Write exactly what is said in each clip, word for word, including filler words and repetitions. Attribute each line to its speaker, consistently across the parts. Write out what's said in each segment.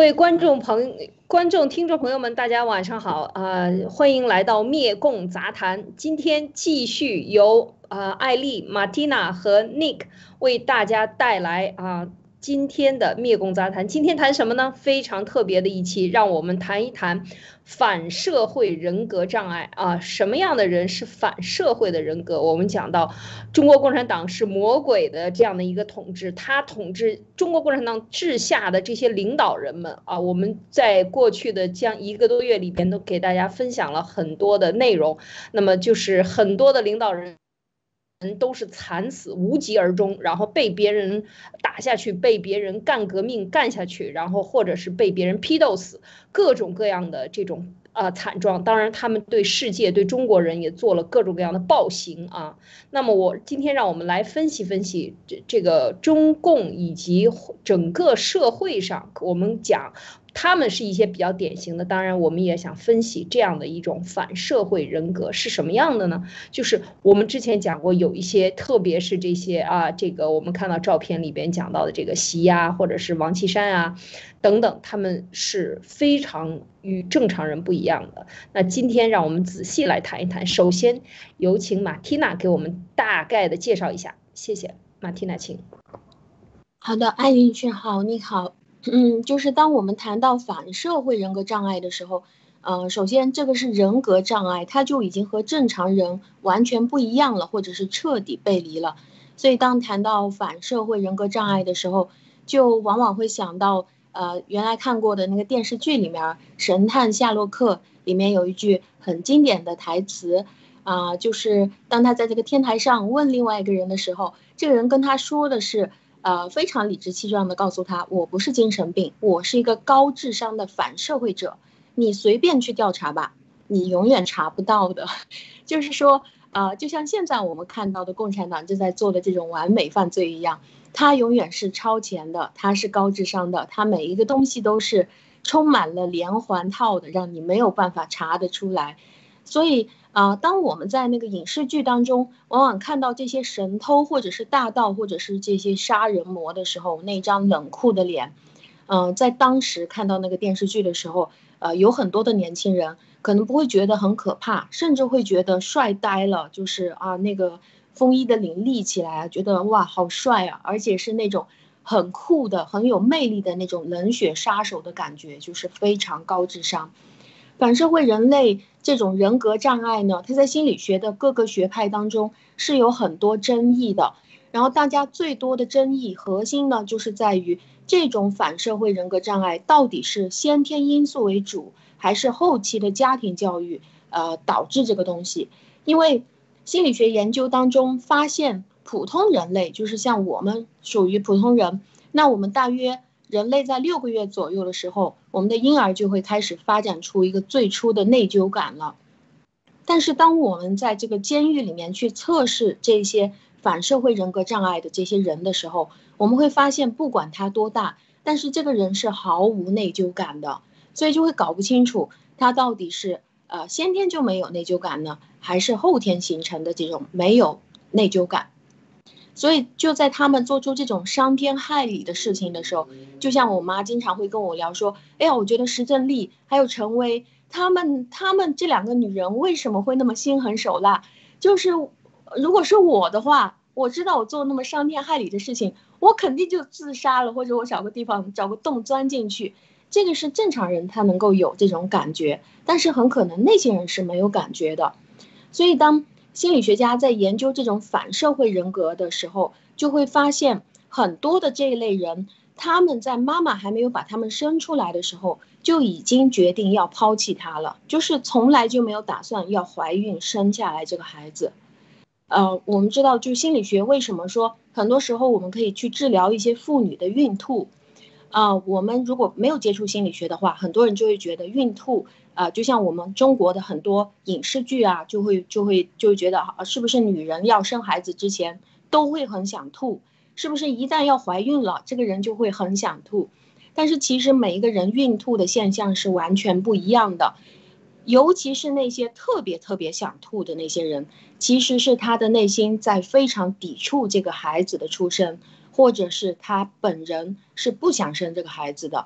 Speaker 1: 位观众朋、观众、听众朋友们，大家晚上好啊、呃！欢迎来到灭共杂谈。今天继续由呃艾丽、马蒂娜和 Nick 为大家带来啊、呃、今天的灭共杂谈。今天谈什么呢？非常特别的一期，让我们谈一谈反社会人格障碍啊。什么样的人是反社会的人格？我们讲到中国共产党是魔鬼的这样的一个统治，他统治中国共产党治下的这些领导人们啊，我们在过去的这样一个多月里边都给大家分享了很多的内容。那么就是很多的领导人都是惨死无疾而终，然后被别人打下去，被别人干革命干下去，然后或者是被别人批斗死，各种各样的这种呃惨状。当然他们对世界对中国人也做了各种各样的暴行啊。那么我今天让我们来分析分析这这个中共以及整个社会上，我们讲他们是一些比较典型的。当然我们也想分析这样的一种反社会人格是什么样的呢？就是我们之前讲过有一些，特别是这些啊，这个我们看到照片里边讲到的这个习呀，或者是王岐山啊等等，他们是非常与正常人不一样的。那今天让我们仔细来谈一谈。首先有请马蒂娜给我们大概的介绍一下，谢谢。马蒂娜，请。
Speaker 2: 好的，艾琳女士好，你好。嗯，就是当我们谈到反社会人格障碍的时候，呃，首先这个是人格障碍，它就已经和正常人完全不一样了，或者是彻底背离了。所以当谈到反社会人格障碍的时候，就往往会想到，呃，原来看过的那个电视剧里面《神探夏洛克》里面有一句很经典的台词，啊、呃，就是当他在这个天台上问另外一个人的时候，这个人跟他说的是。呃，非常理直气壮地告诉他，我不是精神病，我是一个高智商的反社会者，你随便去调查吧，你永远查不到的。就是说，呃，就像现在我们看到的共产党正在做的这种完美犯罪一样，他永远是超前的，他是高智商的，他每一个东西都是充满了连环套的，让你没有办法查得出来。所以啊、呃，当我们在那个影视剧当中，往往看到这些神偷或者是大盗或者是这些杀人魔的时候，那张冷酷的脸，嗯、呃，在当时看到那个电视剧的时候，呃，有很多的年轻人可能不会觉得很可怕，甚至会觉得帅呆了，就是啊，那个风衣的领立起来，觉得哇，好帅啊，而且是那种很酷的、很有魅力的那种冷血杀手的感觉，就是非常高智商。反社会人类这种人格障碍呢，它在心理学的各个学派当中是有很多争议的。然后大家最多的争议核心呢，就是在于这种反社会人格障碍到底是先天因素为主，还是后期的家庭教育呃导致这个东西。因为心理学研究当中发现，普通人类就是像我们属于普通人，那我们大约人类在六个月左右的时候，我们的婴儿就会开始发展出一个最初的内疚感了。但是当我们在这个监狱里面去测试这些反社会人格障碍的这些人的时候，我们会发现不管他多大，但是这个人是毫无内疚感的，所以就会搞不清楚他到底是呃先天就没有内疚感呢，还是后天形成的这种没有内疚感。所以就在他们做出这种伤天害理的事情的时候，就像我妈经常会跟我聊说，哎呀，我觉得石正丽还有陈薇，他们他们这两个女人为什么会那么心狠手辣？就是如果是我的话，我知道我做那么伤天害理的事情，我肯定就自杀了，或者我找个地方找个洞钻进去。这个是正常人他能够有这种感觉，但是很可能那些人是没有感觉的。所以当心理学家在研究这种反社会人格的时候，就会发现很多的这一类人，他们在妈妈还没有把他们生出来的时候，就已经决定要抛弃他了，就是从来就没有打算要怀孕生下来这个孩子。呃，我们知道，就心理学为什么说很多时候我们可以去治疗一些妇女的孕吐。啊、呃，我们如果没有接触心理学的话，很多人就会觉得孕吐啊、呃，就像我们中国的很多影视剧啊，就会就会就会觉得啊，是不是女人要生孩子之前都会很想吐？是不是一旦要怀孕了，这个人就会很想吐？但是其实每一个人孕吐的现象是完全不一样的，尤其是那些特别特别想吐的那些人，其实是他的内心在非常抵触这个孩子的出生。或者是他本人是不想生这个孩子的，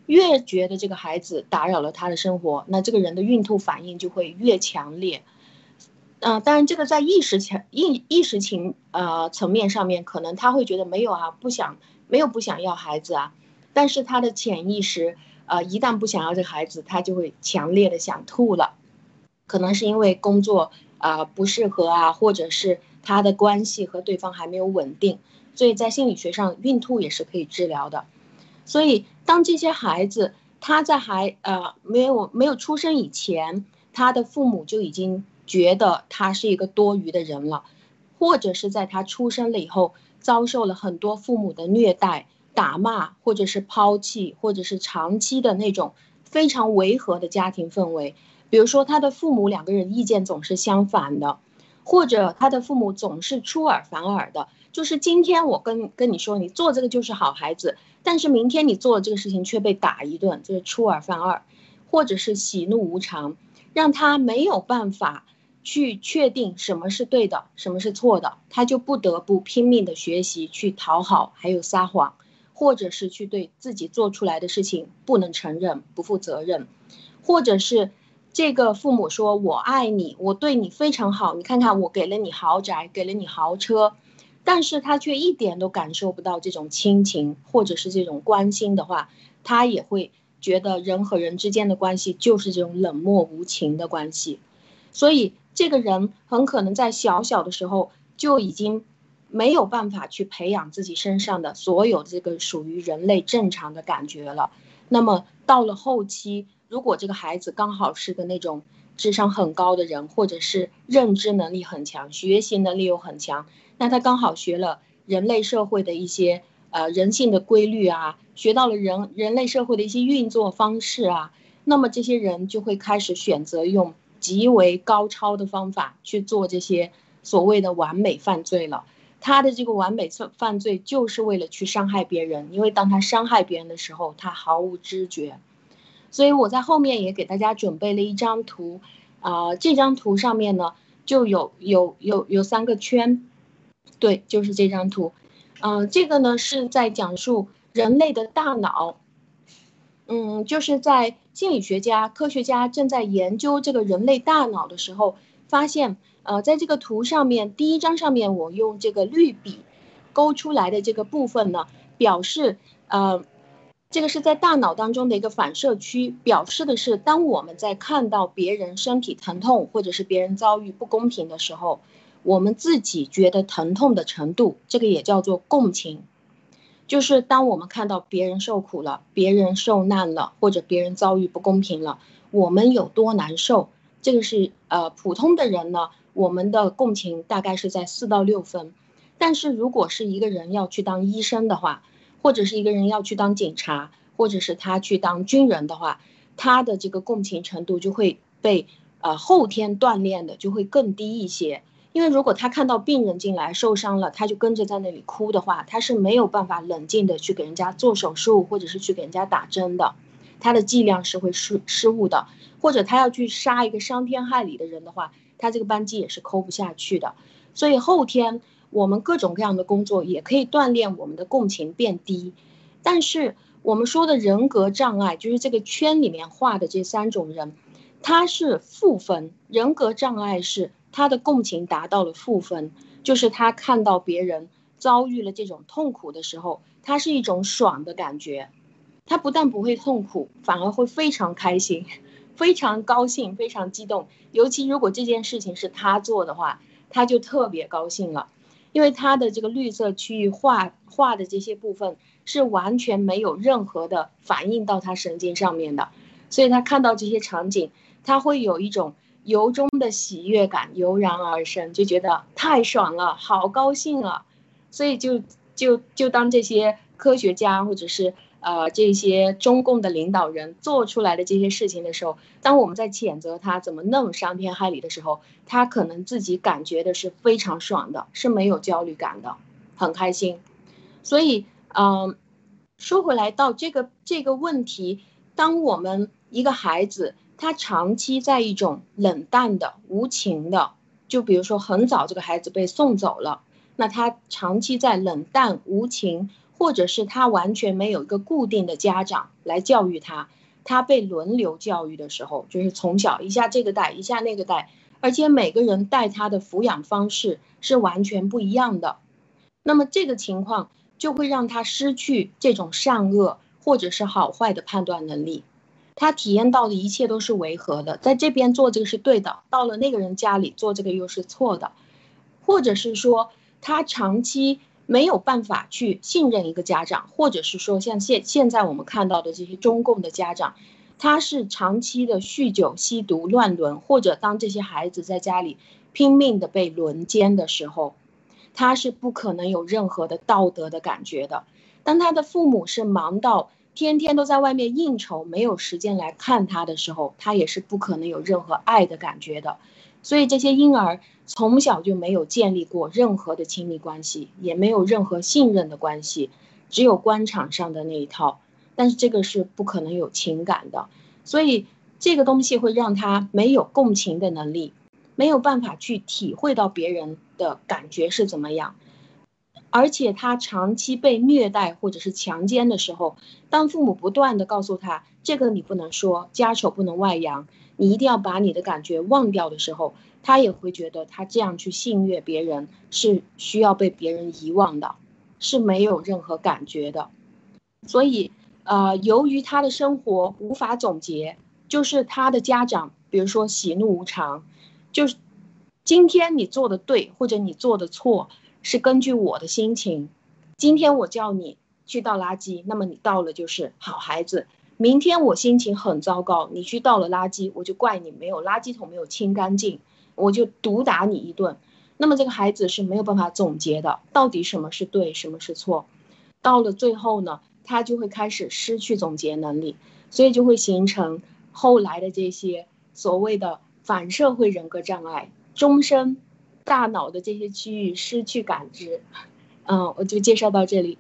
Speaker 2: 越觉得这个孩子打扰了他的生活，那这个人的孕吐反应就会越强烈。呃，当然这个在意识层意意识情呃层面上面，可能他会觉得没有啊，不想没有不想要孩子啊，但是他的潜意识呃一旦不想要这个孩子，他就会强烈的想吐了，可能是因为工作啊、呃、不适合啊，或者是他的关系和对方还没有稳定，所以在心理学上孕吐也是可以治疗的。所以当这些孩子他在还呃没有没有出生以前，他的父母就已经觉得他是一个多余的人了，或者是在他出生了以后遭受了很多父母的虐待、打骂，或者是抛弃，或者是长期的那种非常违和的家庭氛围。比如说他的父母两个人意见总是相反的，或者他的父母总是出尔反尔的，就是今天我跟跟你说你做这个就是好孩子，但是明天你做的这个事情却被打一顿，就是出尔反尔，或者是喜怒无常，让他没有办法去确定什么是对的，什么是错的，他就不得不拼命的学习去讨好，还有撒谎，或者是去对自己做出来的事情不能承认，不负责任，或者是这个父母说我爱你，我对你非常好，你看看我给了你豪宅，给了你豪车，但是他却一点都感受不到这种亲情或者是这种关心的话，他也会觉得人和人之间的关系就是这种冷漠无情的关系。所以这个人很可能在小小的时候就已经没有办法去培养自己身上的所有这个属于人类正常的感觉了。那么到了后期，如果这个孩子刚好是个那种智商很高的人，或者是认知能力很强，学习能力又很强，那他刚好学了人类社会的一些呃人性的规律啊，学到了人人类社会的一些运作方式啊，那么这些人就会开始选择用极为高超的方法去做这些所谓的完美犯罪了。他的这个完美犯罪就是为了去伤害别人，因为当他伤害别人的时候，他毫无知觉。所以我在后面也给大家准备了一张图，啊、呃，这张图上面呢就有有有有三个圈，对，就是这张图，嗯、呃，这个呢是在讲述人类的大脑，嗯，就是在心理学家、科学家正在研究这个人类大脑的时候，发现，呃，在这个图上面，第一张上面我用这个绿笔勾出来的这个部分呢，表示，呃，这个是在大脑当中的一个反射区，表示的是，当我们在看到别人身体疼痛，或者是别人遭遇不公平的时候，我们自己觉得疼痛的程度，这个也叫做共情。就是当我们看到别人受苦了，别人受难了，或者别人遭遇不公平了，我们有多难受，这个是呃普通的人呢，我们的共情大概是在四到六分。但是如果是一个人要去当医生的话，或者是一个人要去当警察，或者是他去当军人的话，他的这个共情程度就会被呃后天锻炼的就会更低一些。因为如果他看到病人进来受伤了，他就跟着在那里哭的话，他是没有办法冷静的去给人家做手术，或者是去给人家打针的，他的剂量是会失失误的，或者他要去杀一个伤天害理的人的话，他这个扳机也是抠不下去的。所以后天我们各种各样的工作也可以锻炼我们的共情变低。但是我们说的人格障碍，就是这个圈里面画的这三种人，他是负分，人格障碍是他的共情达到了负分，就是他看到别人遭遇了这种痛苦的时候，他是一种爽的感觉，他不但不会痛苦，反而会非常开心，非常高兴，非常激动。尤其如果这件事情是他做的话，他就特别高兴了，因为他的这个绿色区域画画的这些部分是完全没有任何的反应到他神经上面的，所以他看到这些场景，他会有一种由衷的喜悦感油然而生，就觉得太爽了，好高兴啊！所以就就就当这些科学家或者是呃这些中共的领导人做出来的这些事情的时候，当我们在谴责他怎么那么伤天害理的时候，他可能自己感觉的是非常爽的，是没有焦虑感的，很开心。所以，嗯、呃，说回来到这个这个问题，当我们一个孩子他长期在一种冷淡的、无情的，就比如说很早这个孩子被送走了，那他长期在冷淡、无情或者是他完全没有一个固定的家长来教育他，他被轮流教育的时候，就是从小一下这个带一下那个带，而且每个人带他的抚养方式是完全不一样的，那么这个情况就会让他失去这种善恶或者是好坏的判断能力，他体验到的一切都是违和的，在这边做这个是对的，到了那个人家里做这个又是错的，或者是说他长期没有办法去信任一个家长，或者是说像现现在我们看到的这些中共的家长，他是长期的酗酒、吸毒、乱伦，或者当这些孩子在家里拼命的被轮奸的时候，他是不可能有任何的道德的感觉的。当他的父母是忙到天天都在外面应酬，没有时间来看他的时候，他也是不可能有任何爱的感觉的。所以这些婴儿从小就没有建立过任何的亲密关系，也没有任何信任的关系，只有官场上的那一套，但是这个是不可能有情感的，所以这个东西会让他没有共情的能力，没有办法去体会到别人的感觉是怎么样，而且他长期被虐待或者是强奸的时候，当父母不断的告诉他这个你不能说，家丑不能外扬，你一定要把你的感觉忘掉的时候，他也会觉得他这样去性虐别人是需要被别人遗忘的，是没有任何感觉的。所以呃，由于他的生活无法总结，就是他的家长比如说喜怒无常，就是今天你做的对或者你做的错是根据我的心情，今天我叫你去倒垃圾，那么你倒了就是好孩子，明天我心情很糟糕，你去倒了垃圾，我就怪你没有垃圾桶没有清干净，我就毒打你一顿。那么这个孩子是没有办法总结的，到底什么是对什么是错，到了最后呢，他就会开始失去总结能力，所以就会形成后来的这些所谓的反社会人格障碍，终身大脑的这些区域失去感知。嗯，我就介绍到这里。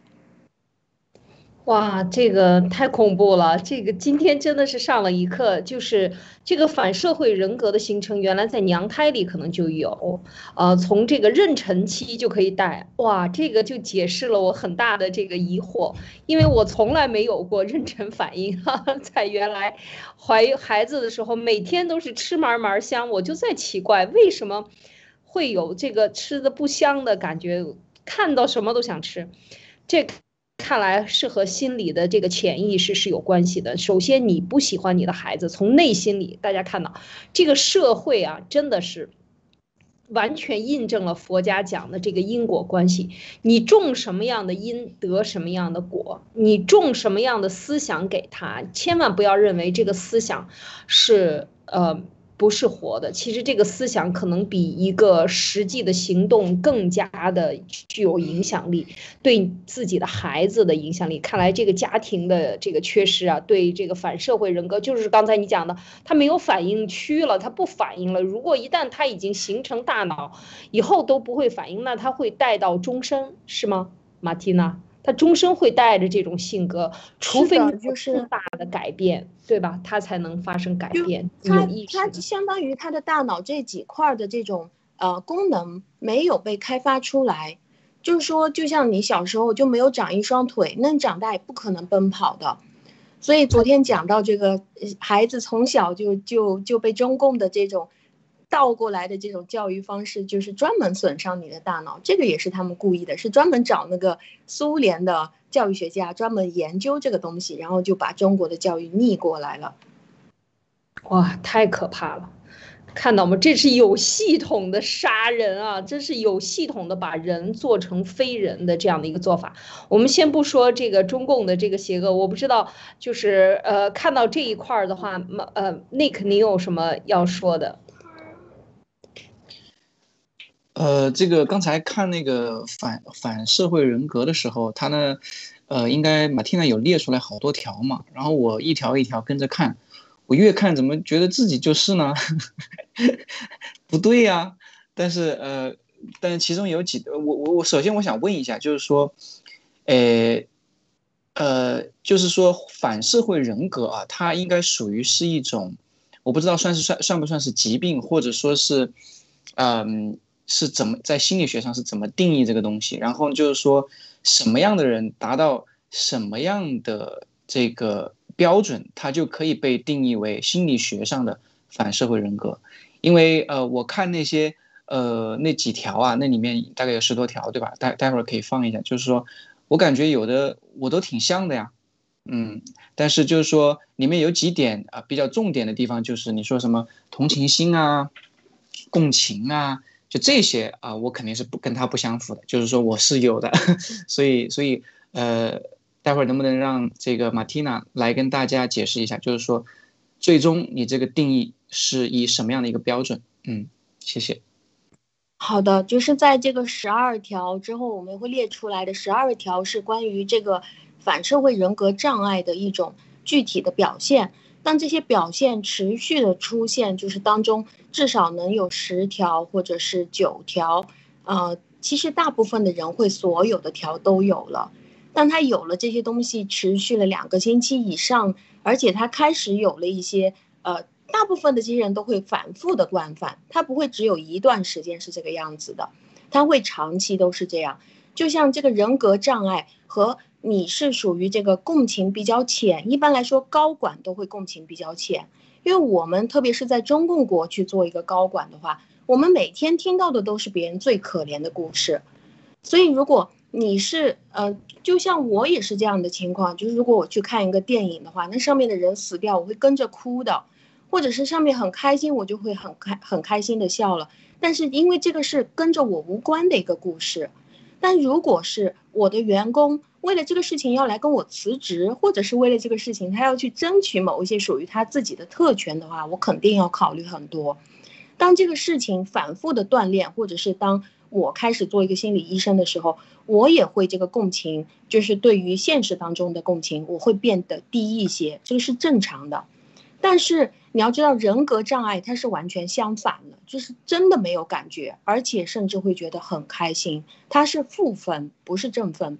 Speaker 1: 哇，这个太恐怖了！这个今天真的是上了一课，就是这个反社会人格的形成，原来在娘胎里可能就有，呃，从这个妊娠期就可以带。哇，这个就解释了我很大的这个疑惑，因为我从来没有过妊娠反应，哈哈，在原来怀孩子的时候，每天都是吃嘛嘛香，我就在奇怪为什么会有这个吃的不香的感觉，看到什么都想吃。这看来是和心理的这个潜意识是有关系的。首先，你不喜欢你的孩子，从内心里，大家看到这个社会啊，真的是完全印证了佛家讲的这个因果关系。你种什么样的因，得什么样的果。你种什么样的思想给他，千万不要认为这个思想是呃。不是活的，其实这个思想可能比一个实际的行动更加的具有影响力，对自己的孩子的影响力。看来这个家庭的这个缺失啊，对这个反社会人格，就是刚才你讲的，他没有反应区了，他不反应了。如果一旦他已经形成大脑，以后都不会反应，那他会带到终身，是吗，马蒂娜？他终身会带着这种性格，除非有
Speaker 2: 就是
Speaker 1: 大的改变，对吧？他才能发生改变。
Speaker 2: 他
Speaker 1: 有意识
Speaker 2: 他相当于他的大脑这几块的这种呃功能没有被开发出来，就是说，就像你小时候就没有长一双腿，那你长大也不可能奔跑的。所以昨天讲到这个孩子从小就就就被中共的这种倒过来的这种教育方式，就是专门损伤你的大脑，这个也是他们故意的，是专门找那个苏联的教育学家专门研究这个东西，然后就把中国的教育逆过来了。
Speaker 1: 哇，太可怕了！看到吗？这是有系统的杀人啊，这是有系统的把人做成非人的这样的一个做法。我们先不说这个中共的这个邪恶，我不知道，就是呃，看到这一块儿的话，呃，Nick，你有什么要说的？
Speaker 3: 呃，这个刚才看那个反反社会人格的时候，他呢，呃，应该马蒂娜有列出来好多条嘛，然后我一条一条跟着看，我越看怎么觉得自己就是呢？不对呀、啊，但是呃，但是其中有几，我我我首先我想问一下，就是说，呃呃，就是说反社会人格啊，它应该属于是一种，我不知道算是算算不算是疾病，或者说是，嗯、 是怎么在心理学上是怎么定义这个东西，然后就是说什么样的人达到什么样的这个标准，他就可以被定义为心理学上的反社会人格。因为呃，我看那些呃那几条啊，那里面大概有十多条，对吧？待待会儿可以放一下，就是说我感觉有的我都挺像的呀。嗯，但是就是说里面有几点啊、呃、比较重点的地方，就是你说什么同情心啊、共情啊，就这些啊、呃，我肯定是不跟他不相符的，就是说我是有的，所以所以呃，待会儿能不能让这个马蒂娜来跟大家解释一下，就是说最终你这个定义是以什么样的一个标准？嗯，谢谢。
Speaker 2: 好的，就是在这个十二条之后，我们会列出来的十二条是关于这个反社会人格障碍的一种具体的表现。当这些表现持续的出现，就是当中至少能有十条或者是九条，呃，其实大部分的人会所有的条都有了。当他有了这些东西，持续了两个星期以上，而且他开始有了一些呃。大部分的这些人都会反复的惯犯，他不会只有一段时间是这个样子的，他会长期都是这样。就像这个人格障碍和你是属于这个共情比较浅，一般来说高管都会共情比较浅，因为我们特别是在中共国去做一个高管的话，我们每天听到的都是别人最可怜的故事。所以如果你是呃，就像我也是这样的情况，就是如果我去看一个电影的话，那上面的人死掉，我会跟着哭的。或者是上面很开心，我就会很开很开心的笑了。但是因为这个是跟着我无关的一个故事，但如果是我的员工为了这个事情要来跟我辞职，或者是为了这个事情他要去争取某一些属于他自己的特权的话，我肯定要考虑很多。当这个事情反复的锻炼，或者是当我开始做一个心理医生的时候，我也会这个共情，就是对于现实当中的共情，我会变得低一些，这个是正常的。但是你要知道，人格障碍它是完全相反的，就是真的没有感觉，而且甚至会觉得很开心，它是负分，不是正分。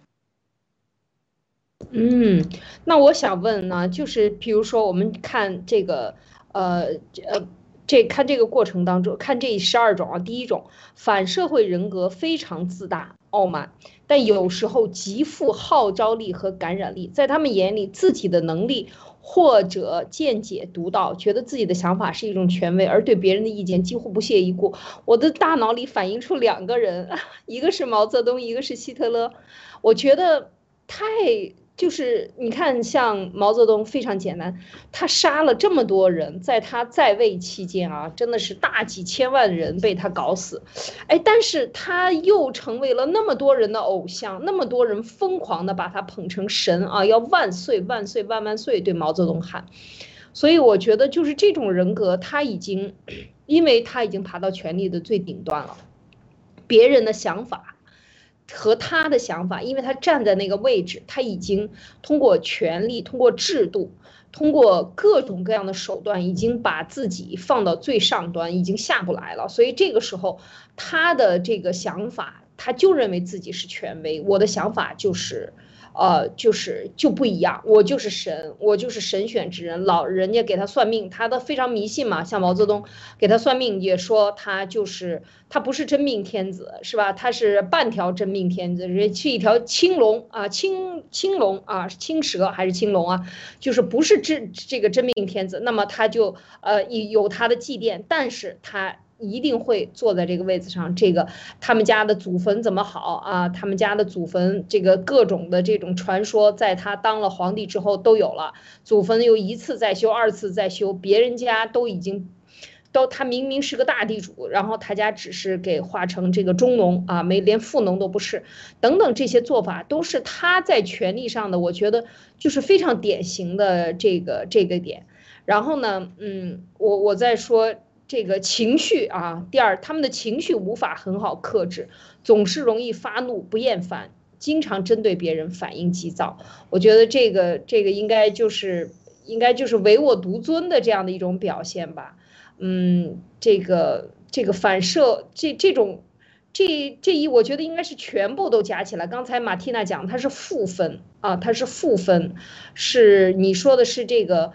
Speaker 1: 嗯，那我想问呢，就是比如说我们看这个，呃呃，这看这个过程当中，看这十二种啊，第一种反社会人格非常自大傲慢，但有时候极富号召力和感染力，在他们眼里，自己的能力或者见解独到，觉得自己的想法是一种权威，而对别人的意见几乎不屑一顾。我的大脑里反映出两个人，一个是毛泽东，一个是希特勒，我觉得太。就是你看，像毛泽东非常简单，他杀了这么多人，在他在位期间啊，真的是大几千万人被他搞死，哎，但是他又成为了那么多人的偶像，那么多人疯狂的把他捧成神啊，要万岁万岁万万岁，对毛泽东喊。所以我觉得就是这种人格，他已经，因为他已经爬到权力的最顶端了，别人的想法。和他的想法，因为他站在那个位置，他已经通过权力、通过制度、通过各种各样的手段，已经把自己放到最上端，已经下不来了。所以这个时候，他的这个想法，他就认为自己是权威。我的想法就是。呃，就是就不一样，我就是神，我就是神选之人。老人家给他算命，他的非常迷信嘛，像毛泽东给他算命也说他就是他不是真命天子，是吧？他是半条真命天子，是一条青龙啊，青青龙啊，青蛇还是青龙啊？就是不是这这个真命天子，那么他就呃有他的祭奠，但是他。一定会坐在这个位子上，这个他们家的祖坟怎么好啊？他们家的祖坟，这个各种的这种传说，在他当了皇帝之后都有了。祖坟又一次再修，二次再修，别人家都已经，都他明明是个大地主，然后他家只是给划成这个中农啊，没连富农都不是，等等这些做法都是他在权力上的，我觉得就是非常典型的这个这个点。然后呢，嗯，我我在说。这个情绪啊，第二，他们的情绪无法很好克制，总是容易发怒、不厌烦，经常针对别人反应急躁。我觉得这个这个应该就是应该就是唯我独尊的这样的一种表现吧。嗯，这个这个反射这这种这这一，我觉得应该是全部都加起来。刚才马蒂娜讲它是负分啊，它是负分，是你说的是这个。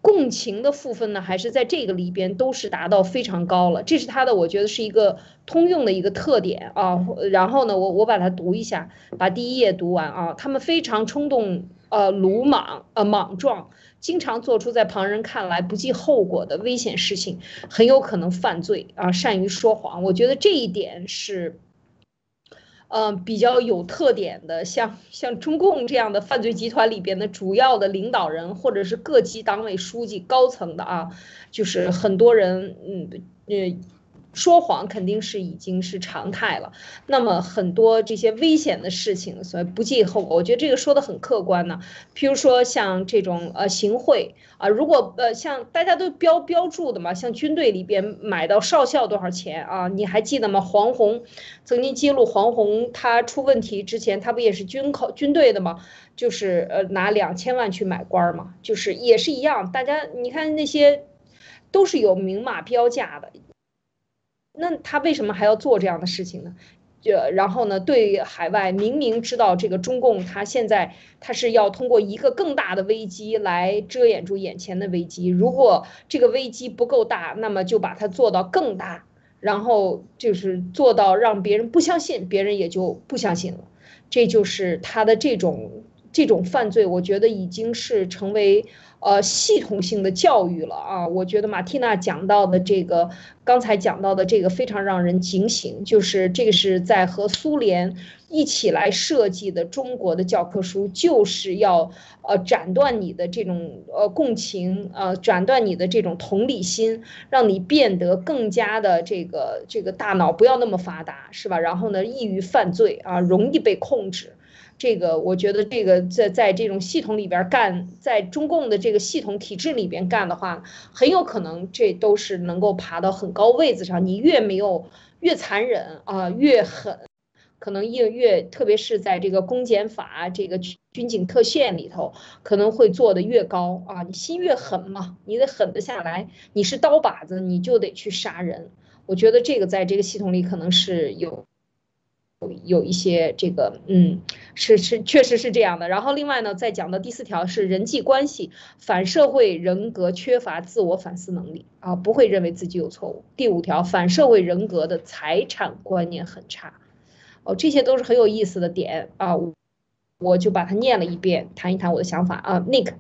Speaker 1: 共情的赋分呢，还是在这个里边都是达到非常高了，这是他的，我觉得是一个通用的一个特点啊。然后呢，我我把它读一下，把第一页读完啊。他们非常冲动，呃，鲁莽，呃，莽撞，经常做出在旁人看来不计后果的危险事情，很有可能犯罪啊，善于说谎。我觉得这一点是。呃，比较有特点的，像像中共这样的犯罪集团里边的主要的领导人，或者是各级党委书记高层的啊，就是很多人，嗯，呃，说谎肯定是已经是常态了。那么很多这些危险的事情，所以不计后果，我觉得这个说的很客观呢。譬如说像这种呃行贿啊，如果呃像大家都标标注的嘛，像军队里边买到少校多少钱啊？你还记得吗？黄宏曾经揭露黄宏他出问题之前，他不也是军考军队的吗？就是呃拿两千万去买官嘛，就是也是一样。大家你看那些都是有明码标价的。那他为什么还要做这样的事情呢？就然后呢，对海外明明知道这个中共，他现在他是要通过一个更大的危机来遮掩住眼前的危机。如果这个危机不够大，那么就把它做到更大，然后就是做到让别人不相信，别人也就不相信了。这就是他的这种这种犯罪，我觉得已经是成为呃系统性的教育了啊。我觉得马蒂娜讲到的这个，刚才讲到的这个非常让人警醒，就是这个是在和苏联一起来设计的中国的教科书，就是要呃斩断你的这种呃共情，呃斩断你的这种同理心，让你变得更加的这个这个大脑不要那么发达，是吧？然后呢，易于犯罪啊，容易被控制。这个我觉得这个在在这种系统里边干，在中共的这个系统体制里边干的话，很有可能这都是能够爬到很高位子上。你越没有越残忍啊，越狠，可能越越特别是在这个公检法这个军警特宪里头，可能会做的越高啊。你心越狠嘛，你得狠得下来。你是刀把子，你就得去杀人。我觉得这个在这个系统里可能是有。有一些这个，嗯，是是，确实是这样的。然后另外呢，再讲到第四条是人际关系，反社会人格缺乏自我反思能力啊，不会认为自己有错误。第五条，反社会人格的财产观念很差。哦，这些都是很有意思的点啊，我就把它念了一遍，谈一谈我的想法啊 ，Nick。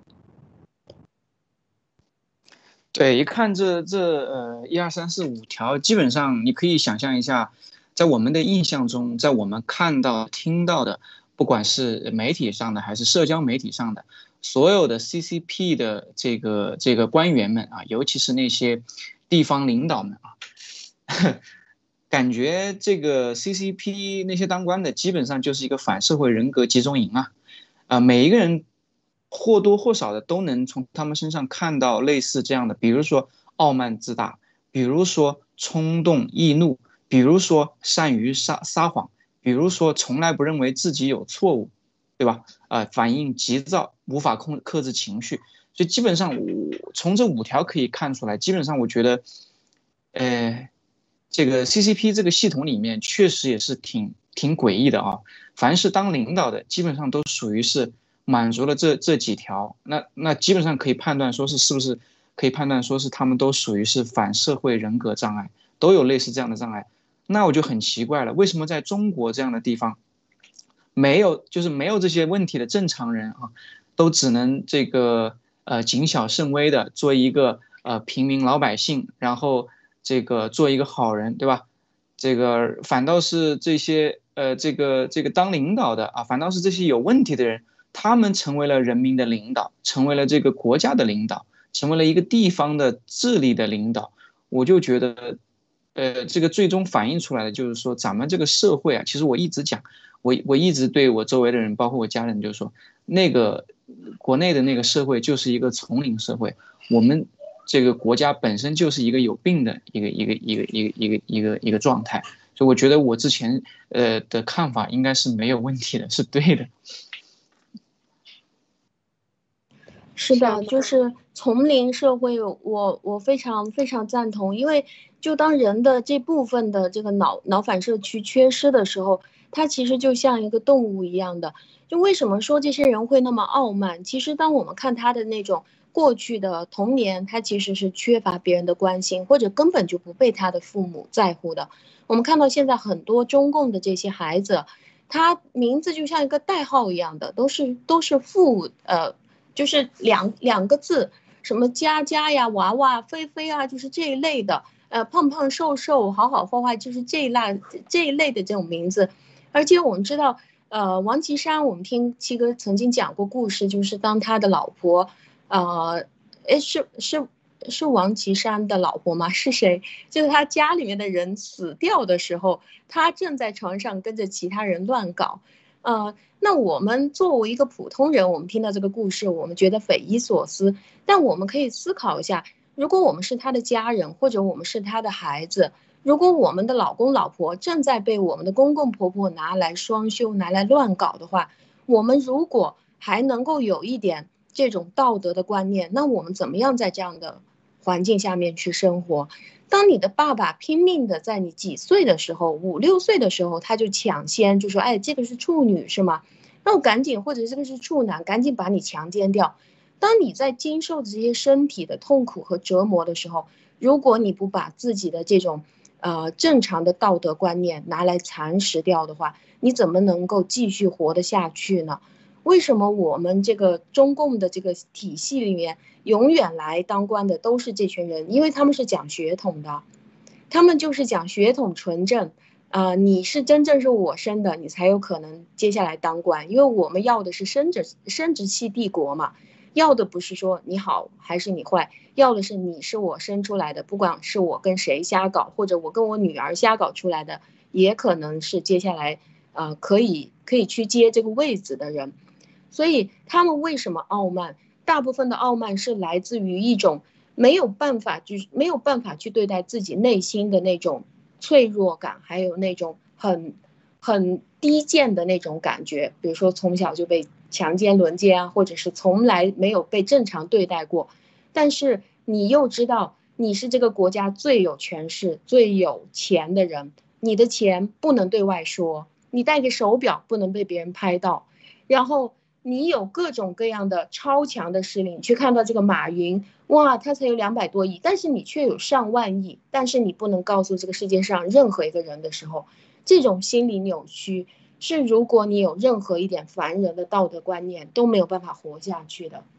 Speaker 3: 对，一看这这呃一二三四五条，基本上你可以想象一下。在我们的印象中，在我们看到、听到的，不管是媒体上的还是社交媒体上的，所有的 C C P 的这个这个官员们啊，尤其是那些地方领导们啊，感觉这个 C C P 那些当官的基本上就是一个反社会人格集中营啊，啊，每一个人或多或少的都能从他们身上看到类似这样的，比如说傲慢自大，比如说冲动易怒。比如说善于撒撒谎，比如说从来不认为自己有错误，对吧？呃，反应急躁，无法控克制情绪，所以基本上我从这五条可以看出来，基本上我觉得，呃，这个 C C P 这个系统里面确实也是挺挺诡异的啊。凡是当领导的，基本上都属于是满足了这这几条，那那基本上可以判断说是是不是可以判断说是他们都属于是反社会人格障碍，都有类似这样的障碍。那我就很奇怪了，为什么在中国这样的地方，没有就是没有这些问题的正常人啊，都只能这个呃谨小慎微的做一个呃平民老百姓，然后这个做一个好人，对吧？这个反倒是这些呃这个这个当领导的啊，反倒是这些有问题的人，他们成为了人民的领导，成为了这个国家的领导，成为了一个地方的治理的领导，我就觉得。呃，这个最终反映出来的就是说，咱们这个社会啊，其实我一直讲，我我一直对我周围的人，包括我家人，就是说，那个国内的那个社会就是一个丛林社会，我们这个国家本身就是一个有病的一个一个一个一个一个一个一个状态，所以我觉得我之前呃的看法应该是没有问题的，是对的。
Speaker 2: 是的，就是丛林社会，我我非常非常赞同，因为就当人的这部分的这个脑脑反射区缺失的时候，它其实就像一个动物一样的。就为什么说这些人会那么傲慢？其实当我们看他的那种过去的童年他其实是缺乏别人的关心，或者根本就不被他的父母在乎的。我们看到现在很多中共的这些孩子，他名字就像一个代号一样的，都是都是父呃，就是两两个字，什么佳佳呀、娃娃、菲菲啊，就是这一类的，呃，胖胖瘦瘦、好好坏坏，就是这一类这一类的这种名字。而且我们知道，呃，王岐山，我们听七哥曾经讲过故事，就是当他的老婆，呃，诶，是是是王岐山的老婆吗？是谁？就是他家里面的人死掉的时候，他正在床上跟着其他人乱搞。呃，那我们作为一个普通人，我们听到这个故事，我们觉得匪夷所思。但我们可以思考一下，如果我们是他的家人，或者我们是他的孩子，如果我们的老公老婆正在被我们的公公婆婆拿来双休，拿来乱搞的话，我们如果还能够有一点这种道德的观念，那我们怎么样在这样的环境下面去生活？当你的爸爸拼命的在你几岁的时候，五六岁的时候，他就抢先就说，哎，这个是处女是吗？那我赶紧，或者这个是处男，赶紧把你强奸掉。当你在经受这些身体的痛苦和折磨的时候，如果你不把自己的这种呃正常的道德观念拿来蚕食掉的话，你怎么能够继续活得下去呢？为什么我们这个中共的这个体系里面永远来当官的都是这群人？因为他们是讲血统的，他们就是讲血统纯正，呃，你是真正是我生的，你才有可能接下来当官，因为我们要的是生殖生殖系帝国嘛，要的不是说你好还是你坏，要的是你是我生出来的，不管是我跟谁瞎搞，或者我跟我女儿瞎搞出来的，也可能是接下来呃可以可以去接这个位子的人。所以他们为什么傲慢？大部分的傲慢是来自于一种没有办法，就是没有办法去对待自己内心的那种脆弱感，还有那种很很低贱的那种感觉。比如说从小就被强奸轮奸啊，或者是从来没有被正常对待过，但是你又知道你是这个国家最有权势、最有钱的人，你的钱不能对外说，你戴个手表不能被别人拍到，然后你有各种各样的超强的势力，你去看到这个马云，哇，他才有两百多亿，但是你却有上万亿，但是你不能告诉这个世界上任何一个人的时候，这种心理扭曲是如果你有任何一点凡人的道德观念都没有办法活下去的。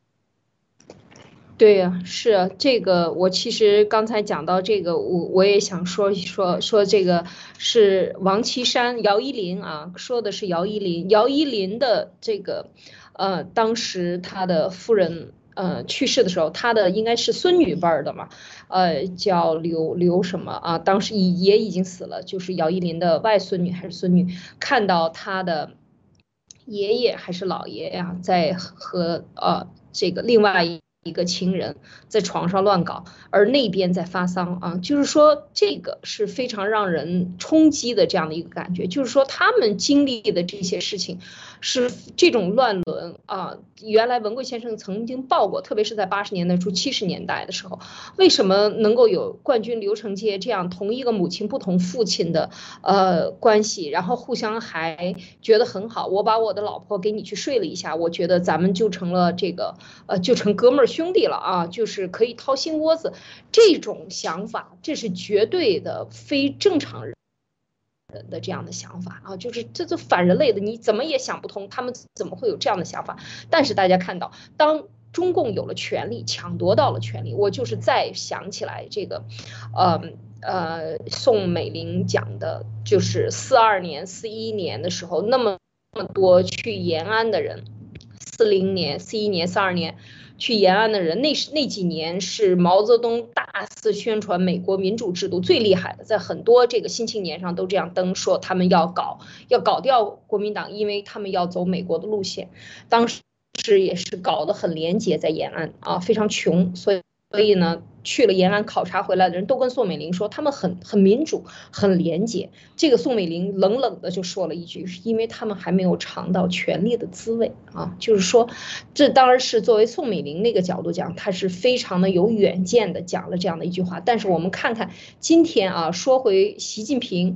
Speaker 1: 对呀，是啊，这个我其实刚才讲到这个，我我也想说一说说这个是王岐山、姚依林啊，说的是姚依林，姚依林的这个，呃，当时他的夫人呃去世的时候，他的应该是孙女辈儿的嘛，呃，叫刘刘什么啊，当时也已经死了，就是姚依林的外孙女还是孙女，看到他的爷爷还是姥爷呀、在和呃这个另外一。一个情人在床上乱搞，而那边在发丧啊，就是说这个是非常让人冲击的这样的一个感觉，就是说他们经历的这些事情是这种乱伦啊。原来文贵先生曾经报过，特别是在八十年代初、七十年代的时候，为什么能够有冠军刘成杰这样同一个母亲不同父亲的呃关系，然后互相还觉得很好，我把我的老婆给你去睡了一下，我觉得咱们就成了这个呃就成哥们儿兄弟了啊，就是可以掏心窝子，这种想法，这是绝对的非正常人的这样的想法啊，就是这就反人类的，你怎么也想不通，他们怎么会有这样的想法？但是大家看到，当中共有了权力，抢夺到了权力，我就是再想起来这个，呃呃，宋美龄讲的，就是四二年、四一年的时候，那么那么多去延安的人，四零年、四一年、四二年。去延安的人，那是那几年是毛泽东大肆宣传美国民主制度最厉害的，在很多这个新青年上都这样登说他们要搞要搞掉国民党，因为他们要走美国的路线。当时也是搞得很廉洁，在延安啊，非常穷，所以所以呢，去了延安考察回来的人都跟宋美龄说，他们很很民主，很廉洁。这个宋美龄冷冷的就说了一句，是因为他们还没有尝到权力的滋味啊。就是说，这当然是作为宋美龄那个角度讲，他是非常的有远见的讲了这样的一句话。但是我们看看今天啊，说回习近平。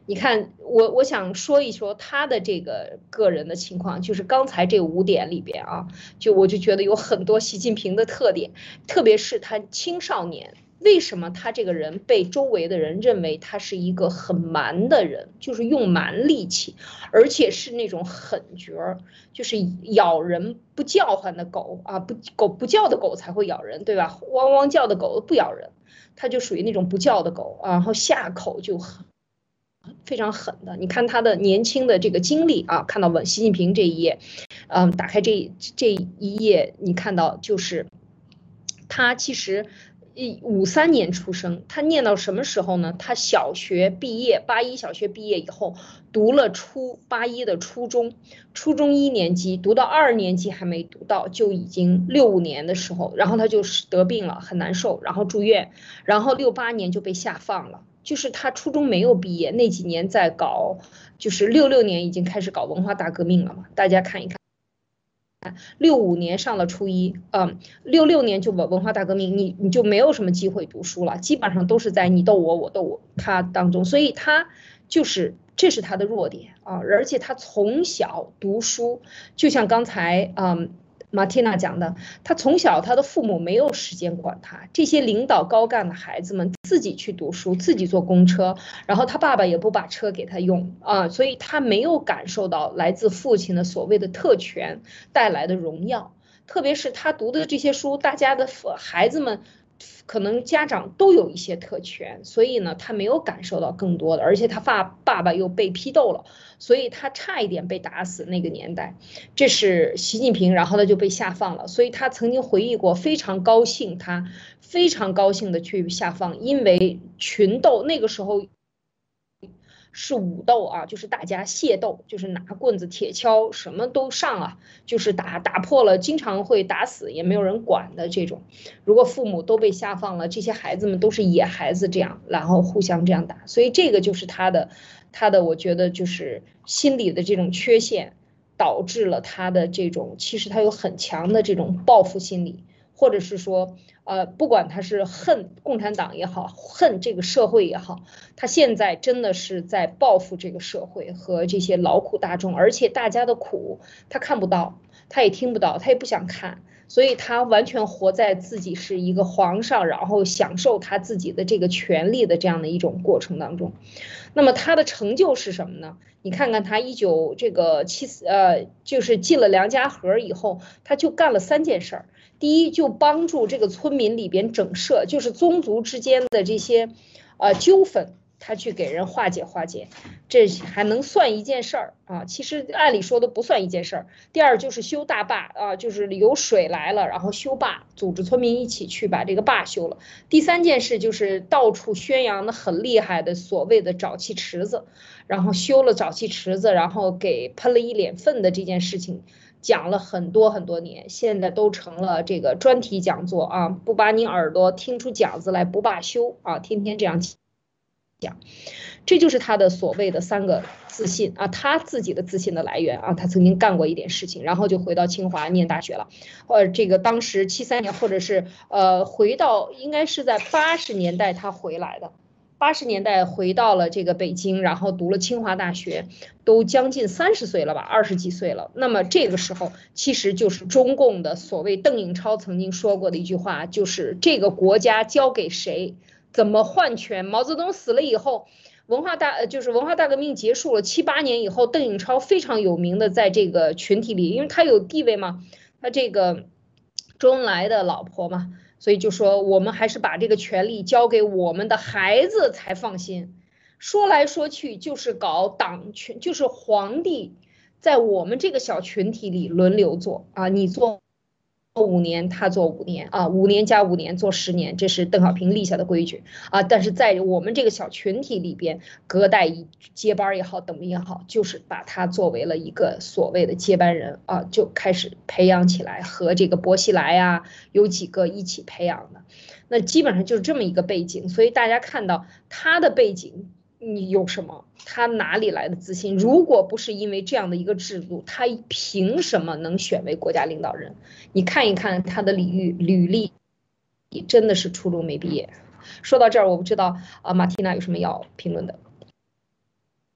Speaker 1: 你看，我我想说一说他的这个个人的情况，就是刚才这五点里边啊，就我就觉得有很多习近平的特点，特别是他青少年。为什么他这个人被周围的人认为他是一个很蛮的人，就是用蛮力气，而且是那种狠角儿，就是咬人不叫唤的狗啊，不狗不叫的狗才会咬人，对吧？汪汪叫的狗不咬人，它就属于那种不叫的狗，然后下口就很非常狠的。你看他的年轻的这个经历啊，看到文习近平这一页，嗯，打开这这一页，你看到就是他其实。五三年出生，他念到什么时候呢？他小学毕业，八一小学毕业以后，读了初八一的初中，初中一年级，读到二年级还没读到，就已经六五年的时候，然后他就得病了，很难受，然后住院，然后六八年就被下放了。就是他初中没有毕业，那几年在搞，就是六六年已经开始搞文化大革命了嘛，大家看一看。六五年上了初一，嗯，六六年就文文化大革命，你你就没有什么机会读书了，基本上都是在你斗我我斗我他当中，所以他就是这是他的弱点啊，而且他从小读书，就像刚才嗯。马蒂娜讲的，他从小他的父母没有时间管他，这些领导高干的孩子们自己去读书，自己坐公车，然后他爸爸也不把车给他用啊，所以他没有感受到来自父亲的所谓的特权带来的荣耀，特别是他读的这些书，大家的孩子们。可能家长都有一些特权，所以呢，他没有感受到更多的，而且他爸爸爸又被批斗了，所以他差一点被打死。那个年代，这是习近平，然后他就被下放了，所以他曾经回忆过，非常高兴，他非常高兴的去下放，因为群斗那个时候。是武斗啊，就是大家械斗，就是拿棍子、铁锹什么都上啊，就是打打破了，经常会打死，也没有人管的这种。如果父母都被下放了，这些孩子们都是野孩子这样，然后互相这样打，所以这个就是他的他的，我觉得就是心理的这种缺陷，导致了他的这种，其实他有很强的这种报复心理。或者是说，呃，不管他是恨共产党也好，恨这个社会也好，他现在真的是在报复这个社会和这些劳苦大众，而且大家的苦他看不到，他也听不到，他也不想看，所以他完全活在自己是一个皇上，然后享受他自己的这个权利的这样的一种过程当中。那么他的成就是什么呢？你看看他一九这个七呃，就是进了梁家河以后，他就干了三件事儿。第一，就帮助这个村民里边整社，就是宗族之间的这些呃纠纷，他去给人化解化解，这还能算一件事儿啊？其实按理说都不算一件事儿。第二就是修大坝啊，就是有水来了，然后修坝，组织村民一起去把这个坝修了。第三件事就是到处宣扬的很厉害的所谓的沼气池子，然后修了沼气池子，然后给喷了一脸粪的这件事情。讲了很多很多年，现在都成了这个专题讲座啊！不把你耳朵听出讲子来不罢休啊！天天这样讲，这就是他的所谓的三个自信啊，他自己的自信的来源啊。他曾经干过一点事情，然后就回到清华念大学了，或者这个当时七三年，或者是呃回到应该是在八十年代他回来的。八十年代回到了这个北京，然后读了清华大学，都将近三十岁了吧，二十几岁了。那么这个时候，其实就是中共的所谓邓颖超曾经说过的一句话，就是这个国家交给谁，怎么换权。毛泽东死了以后，文化大就是文化大革命结束了七八年以后，邓颖超非常有名的在这个群体里，因为他有地位嘛，他这个周恩来的老婆嘛。所以就说我们还是把这个权利交给我们的孩子才放心。说来说去就是搞党权，就是皇帝在我们这个小群体里轮流做啊，你做五年，他做五年啊，五年加五年做十年，这是邓小平立下的规矩啊。但是在我们这个小群体里边，隔代接班也好，怎么也好，就是把他作为了一个所谓的接班人啊，就开始培养起来，和这个薄熙来啊，有几个一起培养的。那基本上就是这么一个背景，所以大家看到他的背景。你有什么？他哪里来的自信？如果不是因为这样的一个制度，他凭什么能选为国家领导人？你看一看他的履历，履历真的是初中没毕业。说到这儿，我不知道啊，马蒂娜有什么要评论的？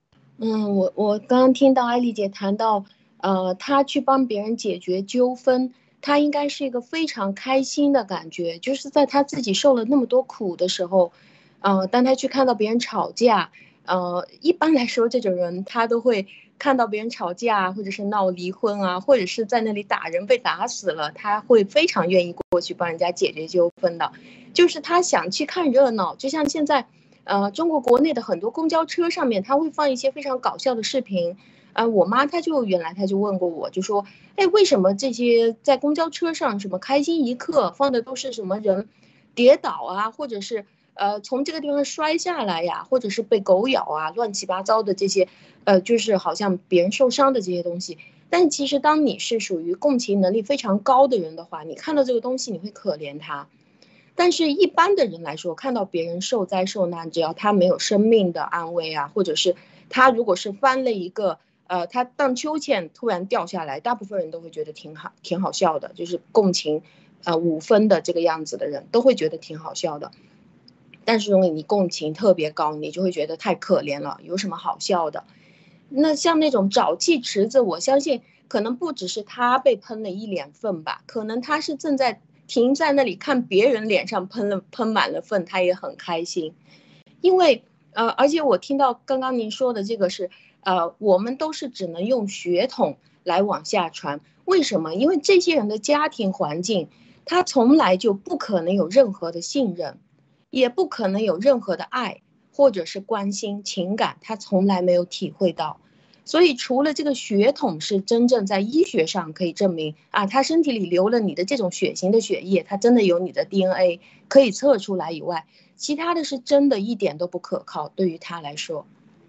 Speaker 2: 嗯，我我刚刚听到艾丽姐谈到，呃，她去帮别人解决纠纷，她应该是一个非常开心的感觉，就是在她自己受了那么多苦的时候，呃，当她去看到别人吵架，呃，一般来说这种人他都会看到别人吵架，或者是闹离婚啊，或者是在那里打人被打死了，他会非常愿意过去帮人家解决纠纷的，就是他想去看热闹，就像现在。呃，中国国内的很多公交车上面，他会放一些非常搞笑的视频。呃，我妈她就原来她就问过我，就说，哎，为什么这些在公交车上什么开心一刻放的都是什么人跌倒啊，或者是呃从这个地方摔下来呀，或者是被狗咬啊，乱七八糟的这些，呃，就是好像别人受伤的这些东西。但其实当你是属于共情能力非常高的人的话，你看到这个东西你会可怜他。但是，一般的人来说，看到别人受灾受难，只要他没有生命的安危啊，或者是他如果是翻了一个，呃，他荡秋千突然掉下来，大部分人都会觉得挺好，挺好笑的，就是共情，呃，五分的这个样子的人都会觉得挺好笑的。但是如果你共情特别高，你就会觉得太可怜了，有什么好笑的？那像那种沼气池子，我相信可能不只是他被喷了一脸粪吧，可能他是正在停在那里看别人脸上喷了喷满了粪，他也很开心。因为呃，而且我听到刚刚您说的这个是，呃，我们都是只能用血统来往下传。为什么？因为这些人的家庭环境，他从来就不可能有任何的信任，也不可能有任何的爱或者是关心情感，他从来没有体会到。所以除了这个血统是真正在医学上可以证明啊，他身体里流了你的这种血型的血液，他真的有你的 D N A 可以测出来以外，其他的是真的一点都不可靠，对于他来说。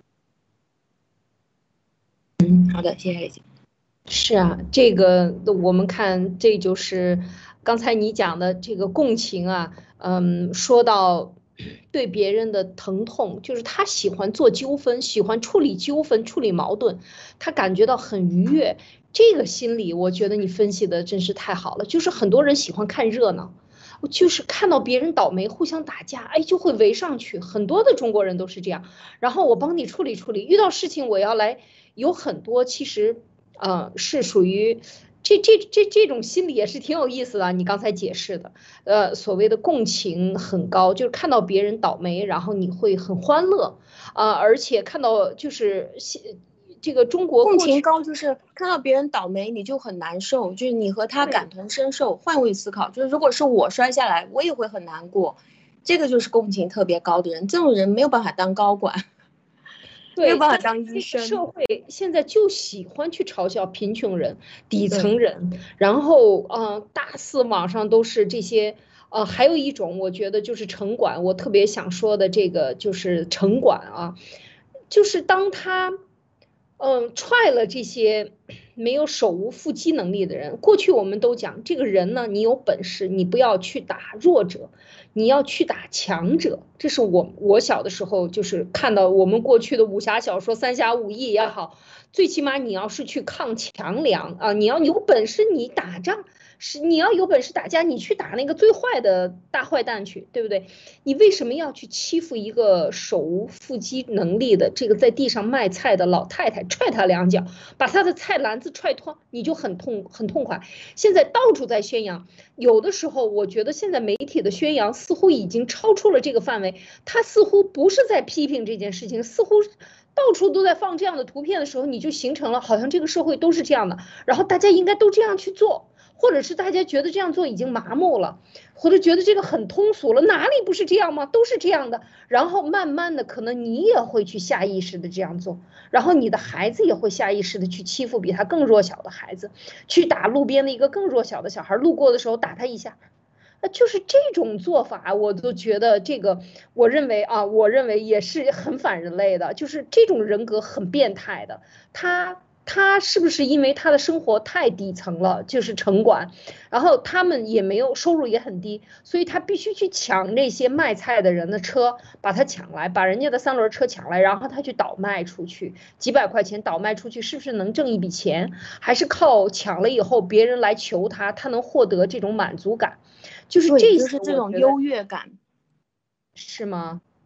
Speaker 2: 嗯，好的，谢谢李姐。
Speaker 1: 是啊，这个我们看，这就是刚才你讲的这个共情啊，嗯，说到对别人的疼痛，就是他喜欢做纠纷，喜欢处理纠纷、处理矛盾，他感觉到很愉悦。这个心理，我觉得你分析的真是太好了。就是很多人喜欢看热闹，就是看到别人倒霉、互相打架，哎，就会围上去。很多的中国人都是这样。然后我帮你处理处理，遇到事情我要来，有很多其实。呃，是属于这这这这种心理也是挺有意思的。你刚才解释的，呃，所谓的共情很高，就是看到别人倒霉，然后你会很欢乐啊、呃，而且看到就是这个中国
Speaker 2: 共情高，就是看到别人倒霉你就很难受，就是你和他感同身受，换位思考，就是如果是我摔下来，我也会很难过。这个就是共情特别高的人，这种人没有办法当高管。
Speaker 1: 对，
Speaker 2: 没有办法当医生。
Speaker 1: 社会现在就喜欢去嘲笑贫穷人、底层人，然后呃，大肆网上都是这些。呃，还有一种，我觉得就是城管，我特别想说的这个就是城管啊，就是当他嗯踹了这些没有手无缚鸡能力的人。过去我们都讲，这个人呢，你有本事，你不要去打弱者，你要去打强者。这是我我小的时候就是看到我们过去的武侠小说，三侠五义也好，最起码你要是去抗强梁啊，你要有本事，你打仗是你要有本事打架，你去打那个最坏的大坏蛋去，对不对？你为什么要去欺负一个手无缚鸡能力的这个在地上卖菜的老太太，踹她两脚，把她的菜篮子踹脱，你就很痛很痛快。现在到处在宣扬，有的时候我觉得现在媒体的宣扬似乎已经超出了这个范围，他似乎不是在批评这件事情，似乎到处都在放这样的图片的时候，你就形成了好像这个社会都是这样的，然后大家应该都这样去做。或者是大家觉得这样做已经麻木了，或者觉得这个很通俗了，哪里不是这样吗？都是这样的。然后慢慢的，可能你也会去下意识的这样做，然后你的孩子也会下意识的去欺负比他更弱小的孩子，去打路边的一个更弱小的小孩，路过的时候打他一下。那就是这种做法，我都觉得这个，我认为啊，我认为也是很反人类的，就是这种人格很变态的，他。他是不是因为他的生活太底层了，就是城管，然后他们也没有收入也很低，所以他必须去抢那些卖菜的人的车，把他抢来，把人家的三轮车抢来，然后他去倒卖出去，几百块钱倒卖出去，是不是能挣一笔钱？还是靠抢了以后别人来求他，他能获得这种满足感？就是这些，
Speaker 2: 就是这种优越感，
Speaker 1: 是吗？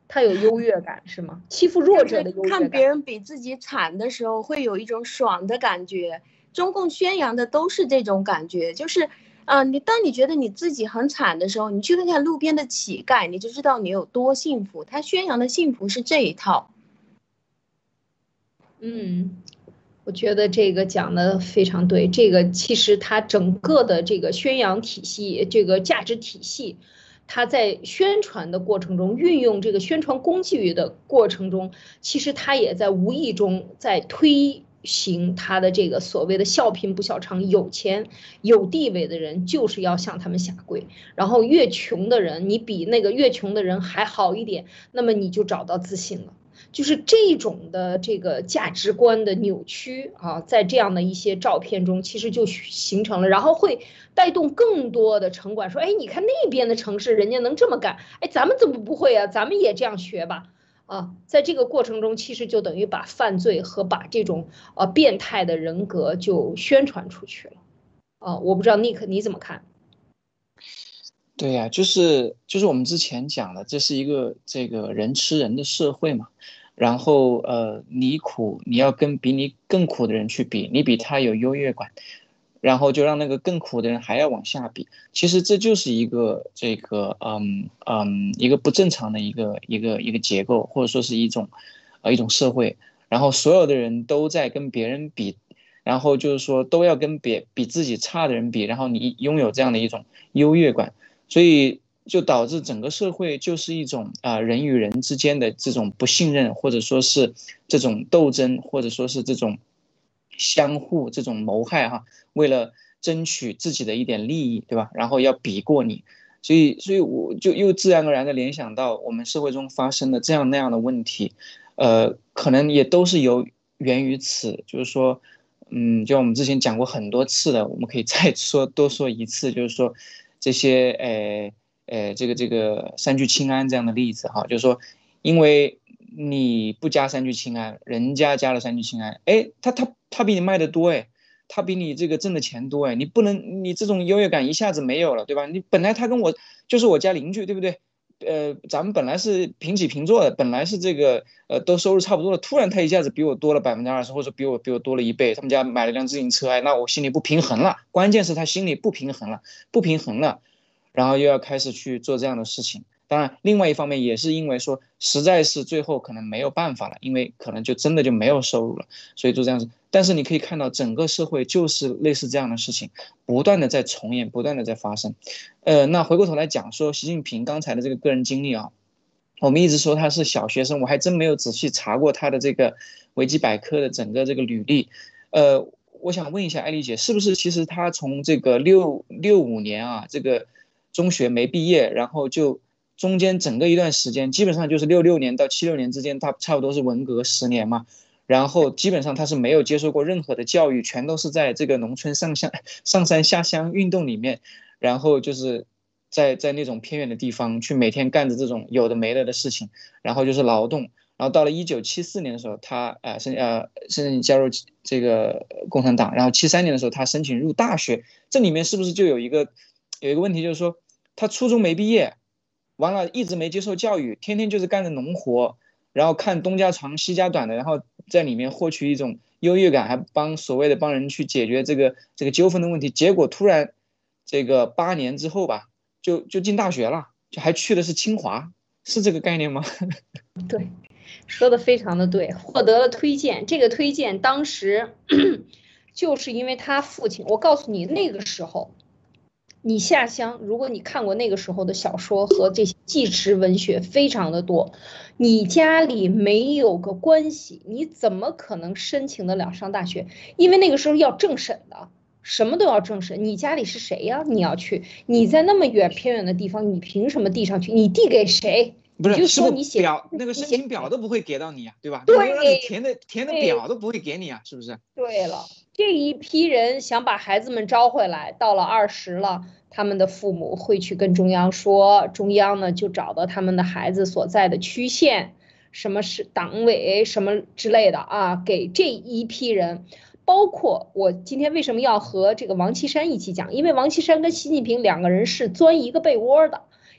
Speaker 1: 他有优越感是吗？欺负弱者的优越感。
Speaker 2: 看别人比自己惨的时候，会有一种爽的感觉。中共宣扬的都是这种感觉，就是，呃，你当你觉得你自己很惨的时候，你去看看路边的乞丐，你就知道你有多幸福。他宣扬的幸福是这一套。
Speaker 1: 嗯，我觉得这个讲的非常对。这个其实它整个的这个宣扬体系，这个价值体系，它在宣传的过程中，运用这个宣传工具的过程中，其实它也在无意中在推行它的这个所谓的笑贫不笑娼，有钱有地位的人就是要向他们下跪，然后越穷的人，你比那个越穷的人还好一点，那么你就找到自信了。就是这种的这个价值观的扭曲啊，在这样的一些照片中，其实就形成了，然后会带动更多的城管说，哎，你看那边的城市人家能这么干，哎，咱们怎么不会啊？咱们也这样学吧。啊，在这个过程中，其实就等于把犯罪和把这种呃变态的人格就宣传出去了。啊，我不知道 Nick 你怎么看？
Speaker 3: 对呀、就是就是我们之前讲的，这是一个这个人吃人的社会嘛。然后呃，你苦你要跟比你更苦的人去比，你比他有优越感，然后就让那个更苦的人还要往下比。其实这就是一个这个嗯嗯一个不正常的一个一个一个结构，或者说是一种呃一种社会。然后所有的人都在跟别人比，然后就是说都要跟别比自己差的人比，然后你拥有这样的一种优越感。所以就导致整个社会就是一种啊、呃、人与人之间的这种不信任，或者说是这种斗争，或者说是这种相互这种谋害哈，为了争取自己的一点利益，对吧？然后要比过你。所以，所以我就又自然而然的联想到我们社会中发生的这样那样的问题，呃，可能也都是由源于此，就是说，嗯，就像我们之前讲过很多次的，我们可以再说多说一次，就是说，这些呃呃这个这个三聚氰胺这样的例子哈，就是说，因为你不加三聚氰胺，人家加了三聚氰胺，哎，他他他比你卖的多哎。他比你这个挣的钱多哎，你不能你这种优越感一下子没有了，对吧？你本来他跟我就是我家邻居，对不对？呃，咱们本来是平起平坐的，本来是这个呃都收入差不多的，突然他一下子比我多了百分之二十，或者比我比我多了一倍，他们家买了辆自行车，哎，那我心里不平衡了。关键是他心里不平衡了，不平衡了，然后又要开始去做这样的事情。当然，另外一方面也是因为说，实在是最后可能没有办法了，因为可能就真的就没有收入了，所以就这样子。但是你可以看到，整个社会就是类似这样的事情，不断的在重演，不断的在发生。呃，那回过头来讲说，习近平刚才的这个个人经历啊，我们一直说他是小学生，我还真没有仔细查过他的这个维基百科的整个这个履历。呃，我想问一下艾丽姐，是不是其实他从这个六六五年啊，这个中学没毕业，然后就中间整个一段时间，基本上就是六六年到七六年之间，他差不多是文革十年嘛。然后基本上他是没有接受过任何的教育，全都是在这个农村上乡上山下乡运动里面，然后就是在在那种偏远的地方去每天干着这种有的没的的事情，然后就是劳动。然后到了一九七四年的时候，他呃申呃申请加入这个共产党，然后七三年的时候他申请入大学。这里面是不是就有一个有一个问题，就是说他初中没毕业，完了一直没接受教育，天天就是干着农活，然后看东家长西家短的，然后在里面获取一种优越感，还帮所谓的帮人去解决这个这个纠纷的问题。结果突然这个八年之后吧，就就进大学了，就还去的是清华，是这个概念吗？
Speaker 1: 对，说的非常的对，获得了推荐。这个推荐当时就是因为他父亲，我告诉你那个时候。你下乡，如果你看过那个时候的小说和这些纪实文学，非常的多。你家里没有个关系，你怎么可能申请得了上大学？因为那个时候要政审的，什么都要政审。你家里是谁呀？你要去，你在那么远偏远的地方，你凭什么递上去？你递给谁？
Speaker 3: 不是，
Speaker 1: 你就说你写
Speaker 3: 表那个申请表都不会给到你啊，对吧？
Speaker 1: 对，
Speaker 3: 让你填的填的表都不会给你啊，是不是？
Speaker 1: 对了，这一批人想把孩子们招回来，到了二十了，他们的父母会去跟中央说，中央呢就找到他们的孩子所在的区县，什么是党委什么之类的啊，给这一批人。包括我今天为什么要和这个王岐山一起讲，因为王岐山跟习近平两个人是钻一个被窝的。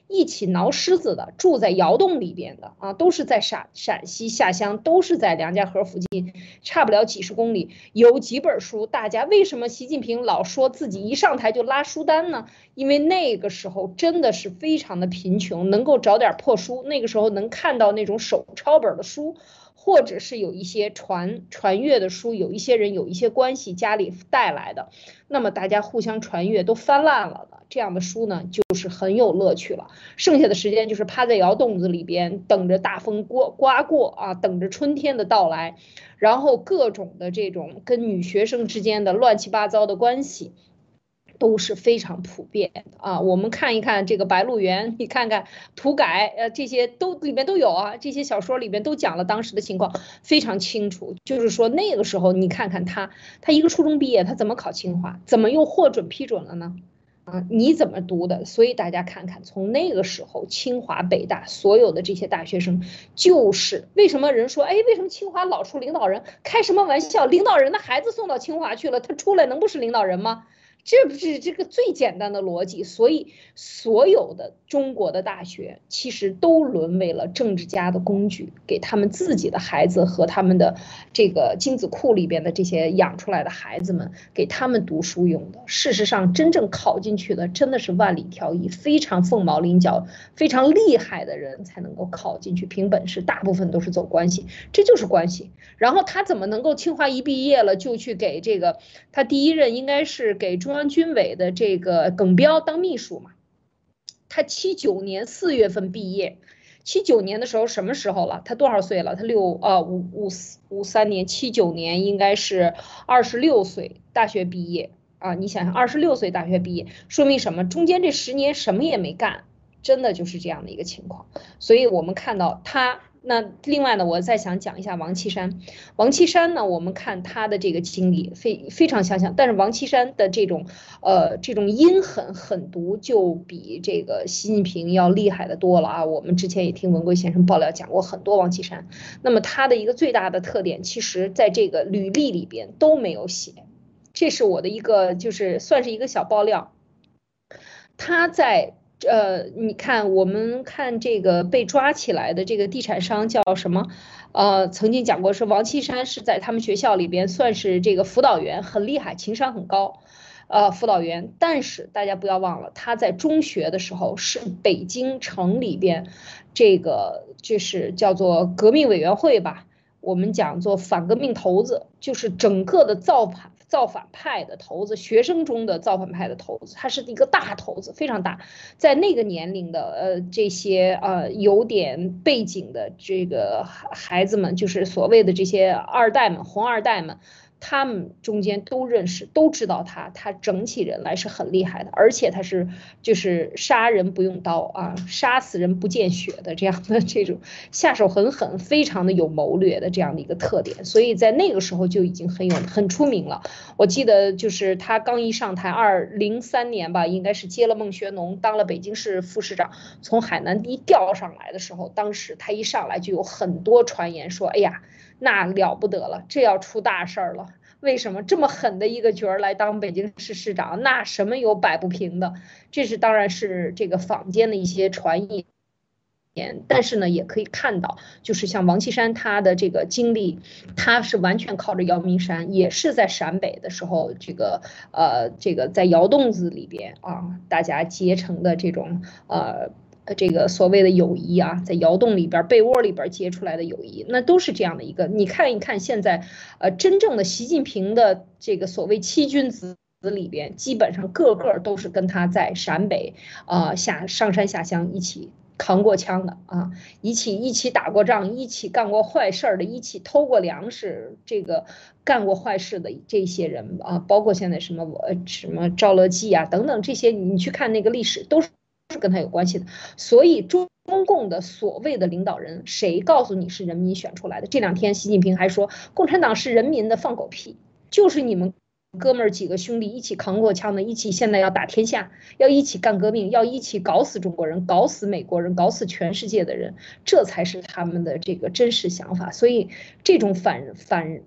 Speaker 1: 一起挠狮子的，住在窑洞里边的啊，都是在陕陕西下乡，都是在梁家河附近，差不了几十公里。有几本书，大家为什么习近平老说自己一上台就拉书单呢？因为那个时候真的是非常的贫穷，能够找点破书，那个时候能看到那种手抄本的书。或者是有一些传传阅的书，有一些人有一些关系家里带来的，那么大家互相传阅都翻烂了的这样的书呢，就是很有乐趣了。剩下的时间就是趴在窑洞子里边，等着大风刮刮过啊，等着春天的到来，然后各种的这种跟女学生之间的乱七八糟的关系。都是非常普遍的啊！我们看一看这个《白鹿原》，你看看土改，呃，这些都里面都有啊。这些小说里面都讲了当时的情况，非常清楚。就是说那个时候，你看看他，他一个初中毕业，他怎么考清华，怎么又获准批准了呢？啊，你怎么读的？所以大家看看，从那个时候，清华、北大所有的这些大学生，就是为什么人说，哎，为什么清华老出领导人？开什么玩笑？领导人的孩子送到清华去了，他出来能不是领导人吗？这不是这个最简单的逻辑，所以所有的中国的大学其实都沦为了政治家的工具，给他们自己的孩子和他们的这个精子库里边的这些养出来的孩子们，给他们读书用的。事实上，真正考进去的真的是万里挑一，非常凤毛麟角、非常厉害的人才能够考进去，凭本事，大部分都是走关系，这就是关系。然后他怎么能够清华一毕业了就去给这个他第一任应该是给中央军委的这个耿彪当秘书嘛？他七九年四月份毕业，七九年的时候什么时候了？他多少岁了？他六啊五五五三年，七九年应该是二十六岁，大学毕业啊！你想想，二十六岁大学毕业，说明什么？中间这十年什么也没干，真的就是这样的一个情况。所以我们看到他。那另外呢，我再想讲一下王岐山。王岐山呢，我们看他的这个经历非非常相像，但是王岐山的这种呃这种阴狠狠毒就比这个习近平要厉害的多了啊。我们之前也听文贵先生爆料讲过很多王岐山，那么他的一个最大的特点，其实在这个履历里边都没有写，这是我的一个就是算是一个小爆料。他在。呃，你看，我们看这个被抓起来的这个地产商叫什么？呃，曾经讲过是王岐山是在他们学校里边算是这个辅导员，很厉害，情商很高，呃，辅导员。但是大家不要忘了，他在中学的时候是北京城里边这个就是叫做革命委员会吧，我们讲做反革命头子，就是整个的造反。造反派的头子，学生中的造反派的头子，他是一个大头子，非常大。在那个年龄的呃这些呃有点背景的这个孩子们，就是所谓的这些二代们、红二代们，他们中间都认识，都知道他，他整起人来是很厉害的，而且他是就是杀人不用刀啊，杀死人不见血的这样的这种下手很狠，非常的有谋略的这样的一个特点，所以在那个时候就已经很有很出名了。我记得就是他刚一上台，二零三年吧，应该是接了孟学农，当了北京市副市长，从海南一调上来的时候，当时他一上来就有很多传言说，哎呀。那了不得了，这要出大事儿了。为什么这么狠的一个角儿来当北京市市长？那什么有摆不平的？这是当然是这个坊间的一些传言，但是呢，也可以看到，就是像王岐山他的这个经历，他是完全靠着姚明山，也是在陕北的时候，这个呃，这个在窑洞子里边啊，大家结成的这种呃。这个所谓的友谊啊，在窑洞里边、被窝里边结出来的友谊，那都是这样的一个。你看一看现在，呃，真正的习近平的这个所谓七君子里边，基本上个个都是跟他在陕北啊、呃、下上山下乡一起扛过枪的啊，一起一起打过仗，一起干过坏事的，一起偷过粮食，这个干过坏事的这些人啊，包括现在什么呃什么赵乐际啊等等这些，你去看那个历史都是。是跟他有关系的，所以中共的所谓的领导人，谁告诉你是人民选出来的？这两天习近平还说，共产党是人民的，放狗屁，就是你们哥们儿几个兄弟一起扛过枪的，一起现在要打天下，要一起干革命，要一起搞死中国人，搞死美国人，搞死全世界的人，这才是他们的这个真实想法。所以这种反反。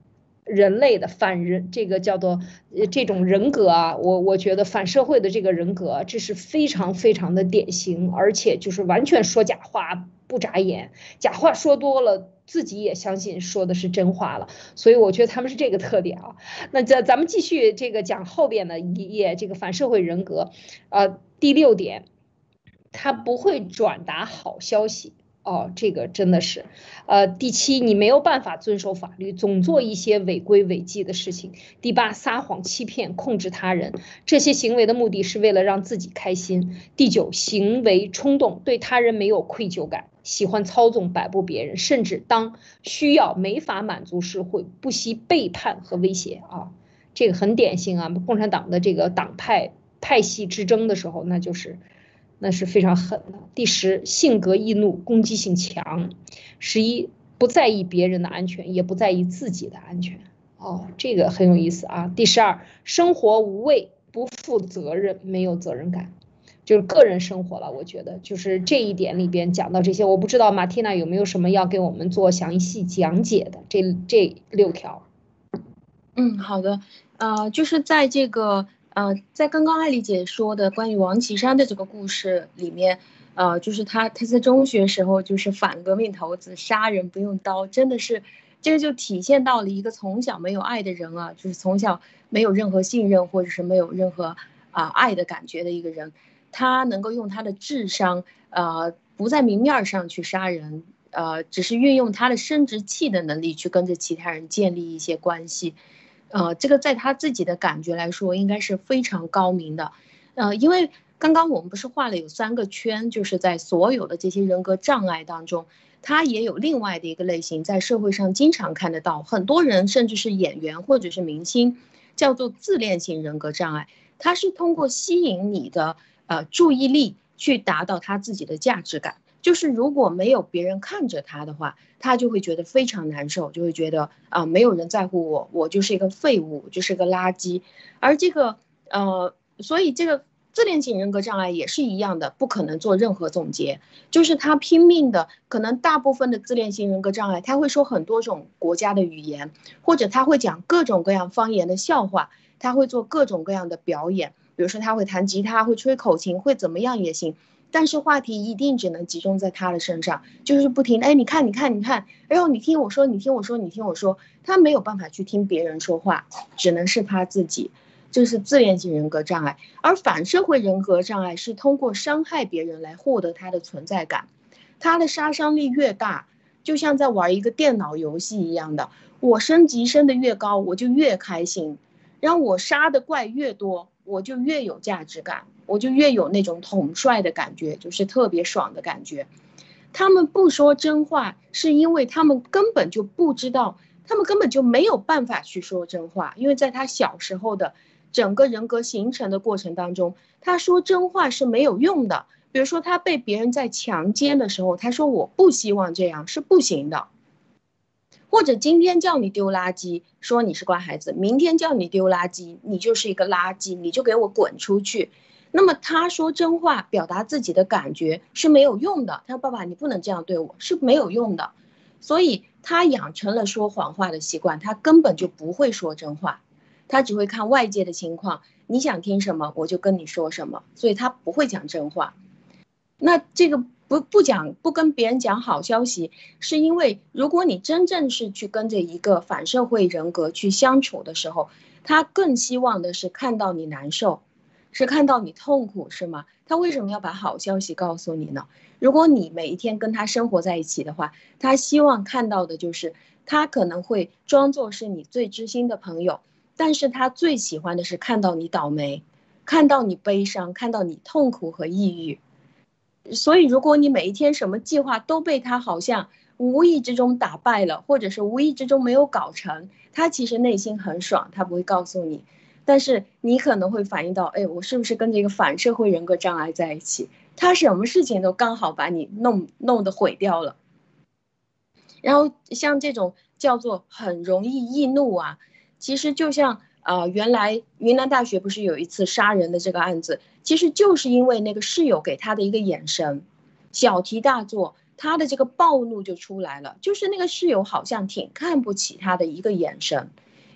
Speaker 1: 人类的反人，这个叫做呃这种人格啊，我我觉得反社会的这个人格，这是非常非常的典型，而且就是完全说假话不眨眼，假话说多了，自己也相信说的是真话了，所以我觉得他们是这个特点啊。那咱咱们继续这个讲后边的一页，这个反社会人格，呃，第六点，他不会转达好消息。哦，这个真的是，呃，第七，你没有办法遵守法律，总做一些违规违纪的事情。第八，撒谎、欺骗、控制他人，这些行为的目的是为了让自己开心。第九，行为冲动，对他人没有愧疚感，喜欢操纵、摆布别人，甚至当需要没法满足时，会不惜背叛和威胁啊。这个很典型啊，共产党的这个党派派系之争的时候，那就是。那是非常狠的。第十，性格易怒，攻击性强。十一，不在意别人的安全，也不在意自己的安全。哦，这个很有意思啊。第十二，生活无畏，不负责任，没有责任感，就是个人生活了。我觉得就是这一点里边讲到这些，我不知道马蒂娜有没有什么要给我们做详细讲解的这这六条。
Speaker 2: 嗯，好的，呃，就是在这个。呃，在刚刚艾丽姐说的关于王岐山的这个故事里面，呃，就是他他在中学时候就是反革命头子，杀人不用刀，真的是这个就体现到了一个从小没有爱的人啊，就是从小没有任何信任或者是没有任何啊、呃、爱的感觉的一个人，他能够用他的智商，呃，不在明面上去杀人，呃，只是运用他的生殖器的能力去跟着其他人建立一些关系。呃，这个在他自己的感觉来说，应该是非常高明的，呃，因为刚刚我们不是画了有三个圈，就是在所有的这些人格障碍当中，他也有另外的一个类型，在社会上经常看得到，很多人甚至是演员或者是明星，叫做自恋型人格障碍，他是通过吸引你的呃注意力去达到他自己的价值感。就是如果没有别人看着他的话，他就会觉得非常难受，就会觉得啊、呃，没有人在乎我，我就是一个废物，就是个垃圾。而这个呃，所以这个自恋型人格障碍也是一样的，不可能做任何总结，就是他拼命的，可能大部分的自恋型人格障碍，他会说很多种国家的语言，或者他会讲各种各样方言的笑话，他会做各种各样的表演，比如说他会弹吉他，会吹口琴，会怎么样也行。但是话题一定只能集中在他的身上，就是不停，哎，你看，你看，你看，然后你听我说，你听我说，你听我说，他没有办法去听别人说话，只能是他自己，这是自恋型人格障碍。而反社会人格障碍是通过伤害别人来获得他的存在感，他的杀伤力越大，就像在玩一个电脑游戏一样的，我升级升得越高，我就越开心，然后我杀的怪越多，我就越有价值感，我就越有那种统帅的感觉，就是特别爽的感觉。他们不说真话，是因为他们根本就不知道，他们根本就没有办法去说真话，因为在他小时候的整个人格形成的过程当中，他说真话是没有用的。比如说他被别人在强奸的时候，他说我不希望这样，是不行的。或者今天叫你丢垃圾，说你是乖孩子，明天叫你丢垃圾，你就是一个垃圾，你就给我滚出去。那么他说真话，表达自己的感觉是没有用的。他说爸爸，你不能这样对我，是没有用的。所以他养成了说谎话的习惯，他根本就不会说真话，他只会看外界的情况，你想听什么我就跟你说什么，所以他不会讲真话。那这个不不讲不跟别人讲好消息，是因为如果你真正是去跟着一个反社会人格去相处的时候，他更希望的是看到你难受，是看到你痛苦，是吗？他为什么要把好消息告诉你呢？如果你每一天跟他生活在一起的话，他希望看到的就是他可能会装作是你最知心的朋友，但是他最喜欢的是看到你倒霉，看到你悲伤，看到你痛苦和抑郁。所以如果你每一天什么计划都被他好像无意之中打败了，或者是无意之中没有搞成，他其实内心很爽，他不会告诉你，但是你可能会反映到，哎，我是不是跟这个反社会人格障碍在一起，他什么事情都刚好把你弄弄得毁掉了。然后像这种叫做很容易易怒啊，其实就像呃，原来云南大学不是有一次杀人的这个案子，其实就是因为那个室友给他的一个眼神，小题大做，他的这个暴怒就出来了，就是那个室友好像挺看不起他的一个眼神，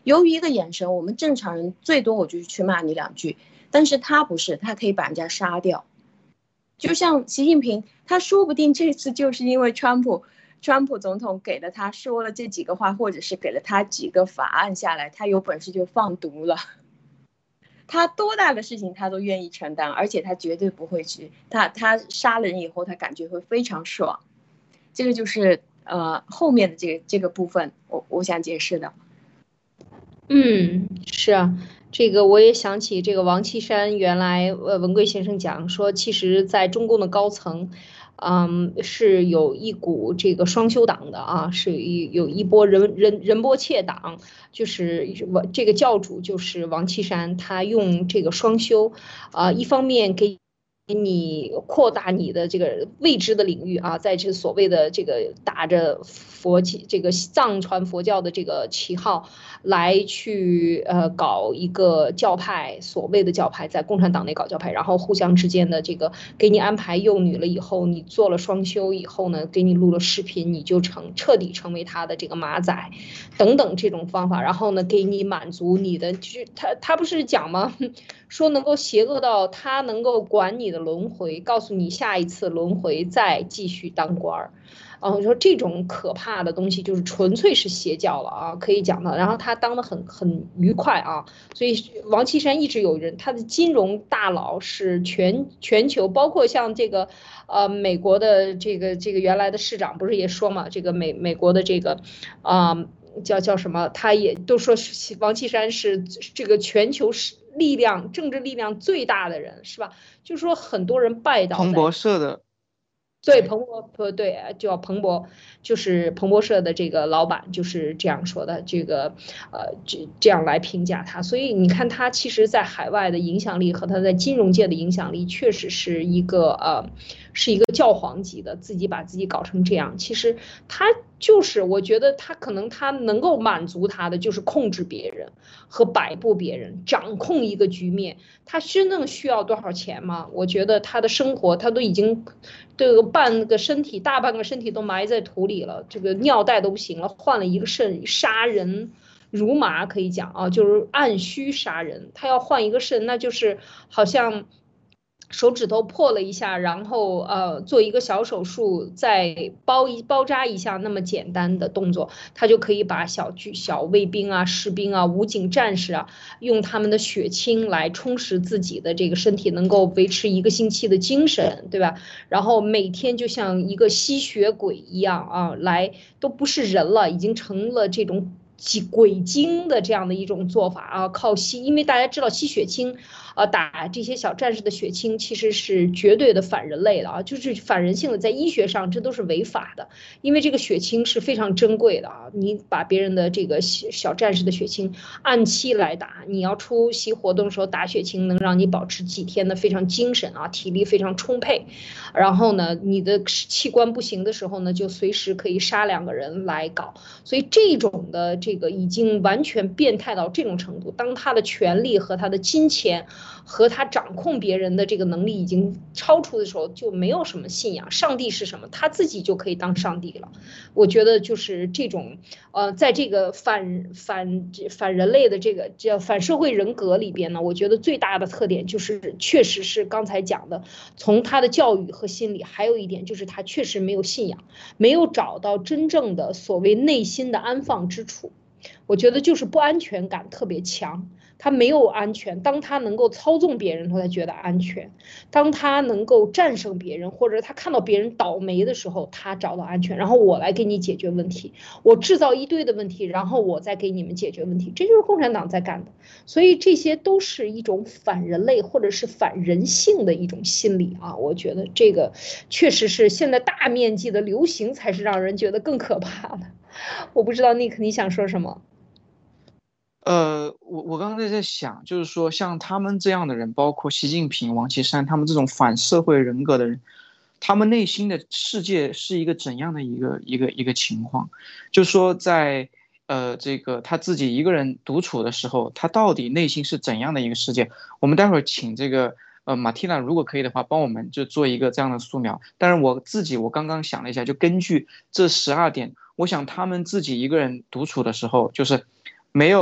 Speaker 2: 由于一个眼神，我们正常人最多我就是去骂你两句，但是他不是，他可以把人家杀掉。就像习近平，他说不定这次就是因为川普川普总统给了他说了这几个话，或者是给了他几个法案下来，他有本事就放毒了。他多大的事情他都愿意承担，而且他绝对不会去，他他杀了人以后，他感觉会非常爽。这个就是呃后面的这个这个部分，我我想解释的。
Speaker 1: 嗯，是啊，这个我也想起这个王岐山原来呃文贵先生讲说，其实在中共的高层，嗯，是有一股这个双修党的啊，是有有一波仁仁仁波切党，就是我这个教主就是王岐山，他用这个双修，啊、一方面给。给你扩大你的这个未知的领域啊，在这所谓的这个打着佛旗这个藏传佛教的这个旗号来去呃搞一个教派，所谓的教派在共产党内搞教派，然后互相之间的这个给你安排幼女了以后，你做了双修以后呢，给你录了视频，你就成彻底成为他的这个马仔，等等这种方法，然后呢给你满足你的，就是他他不是讲吗？说能够邪恶到他能够管你的轮回，告诉你下一次轮回再继续当官儿。啊，我说这种可怕的东西就是纯粹是邪教了啊，可以讲的。然后他当的很很愉快啊，所以王岐山一直有人，他的金融大佬是全全球，包括像这个呃美国的这个这个原来的市长不是也说嘛，这个美美国的这个啊、呃、叫叫什么，他也都说是王岐山是这个全球是。力量政治力量最大的人是吧？就是说很多人拜倒在
Speaker 3: 彭博社的，
Speaker 1: 对彭博不对，叫彭博，就是彭博社的这个老板就是这样说的，这个呃这这样来评价他。所以你看他其实在海外的影响力和他在金融界的影响力，确实是一个呃是一个教皇级的，自己把自己搞成这样。其实他就是我觉得他可能他能够满足他的就是控制别人和摆布别人，掌控一个局面。他真正需要多少钱吗？我觉得他的生活他都已经这个半个身体大半个身体都埋在土里了，这个尿袋都不行了，换了一个肾杀人如麻，可以讲啊，就是按需杀人。他要换一个肾，那就是好像手指头破了一下，然后呃做一个小手术，再包一包扎一下那么简单的动作，他就可以把小军小卫兵啊、士兵啊、武警战士啊，用他们的血清来充实自己的这个身体，能够维持一个星期的精神，对吧？然后每天就像一个吸血鬼一样啊，来都不是人了，已经成了这种。鬼精的这样的一种做法啊，靠吸，因为大家知道吸血清，呃，打这些小战士的血清其实是绝对的反人类的啊，就是反人性的，在医学上这都是违法的，因为这个血清是非常珍贵的啊，你把别人的这个小战士的血清按期来打，你要出席活动的时候打血清，能让你保持几天的非常精神啊，体力非常充沛，然后呢，你的器官不行的时候呢，就随时可以杀两个人来搞，所以这种的。这个已经完全变态到这种程度，当他的权力和他的金钱和他掌控别人的这个能力已经超出的时候，就没有什么信仰。上帝是什么？他自己就可以当上帝了。我觉得就是这种，呃，在这个反反反人类的这个叫反社会人格里边呢，我觉得最大的特点就是，确实是刚才讲的，从他的教育和心理，还有一点就是他确实没有信仰，没有找到真正的所谓内心的安放之处。我觉得就是不安全感特别强，他没有安全。当他能够操纵别人，他才觉得安全；当他能够战胜别人，或者他看到别人倒霉的时候，他找到安全。然后我来给你解决问题，我制造一堆的问题，然后我再给你们解决问题。这就是共产党在干的。所以这些都是一种反人类或者是反人性的一种心理啊。我觉得这个确实是现在大面积的流行，才是让人觉得更可怕的。我不知道Nick你想说什么？
Speaker 3: 呃，我我刚才在想，就是说像他们这样的人，包括习近平、王岐山他们这种反社会人格的人，他们内心的世界是一个怎样的一个一个一个情况？就是说在呃这个他自己一个人独处的时候，他到底内心是怎样的一个世界？我们待会儿请这个呃马蒂娜，如果可以的话，帮我们就做一个这样的素描。但是我自己我刚刚想了一下，就根据这十二点，我想他们自己一个人独处的时候，就是没有。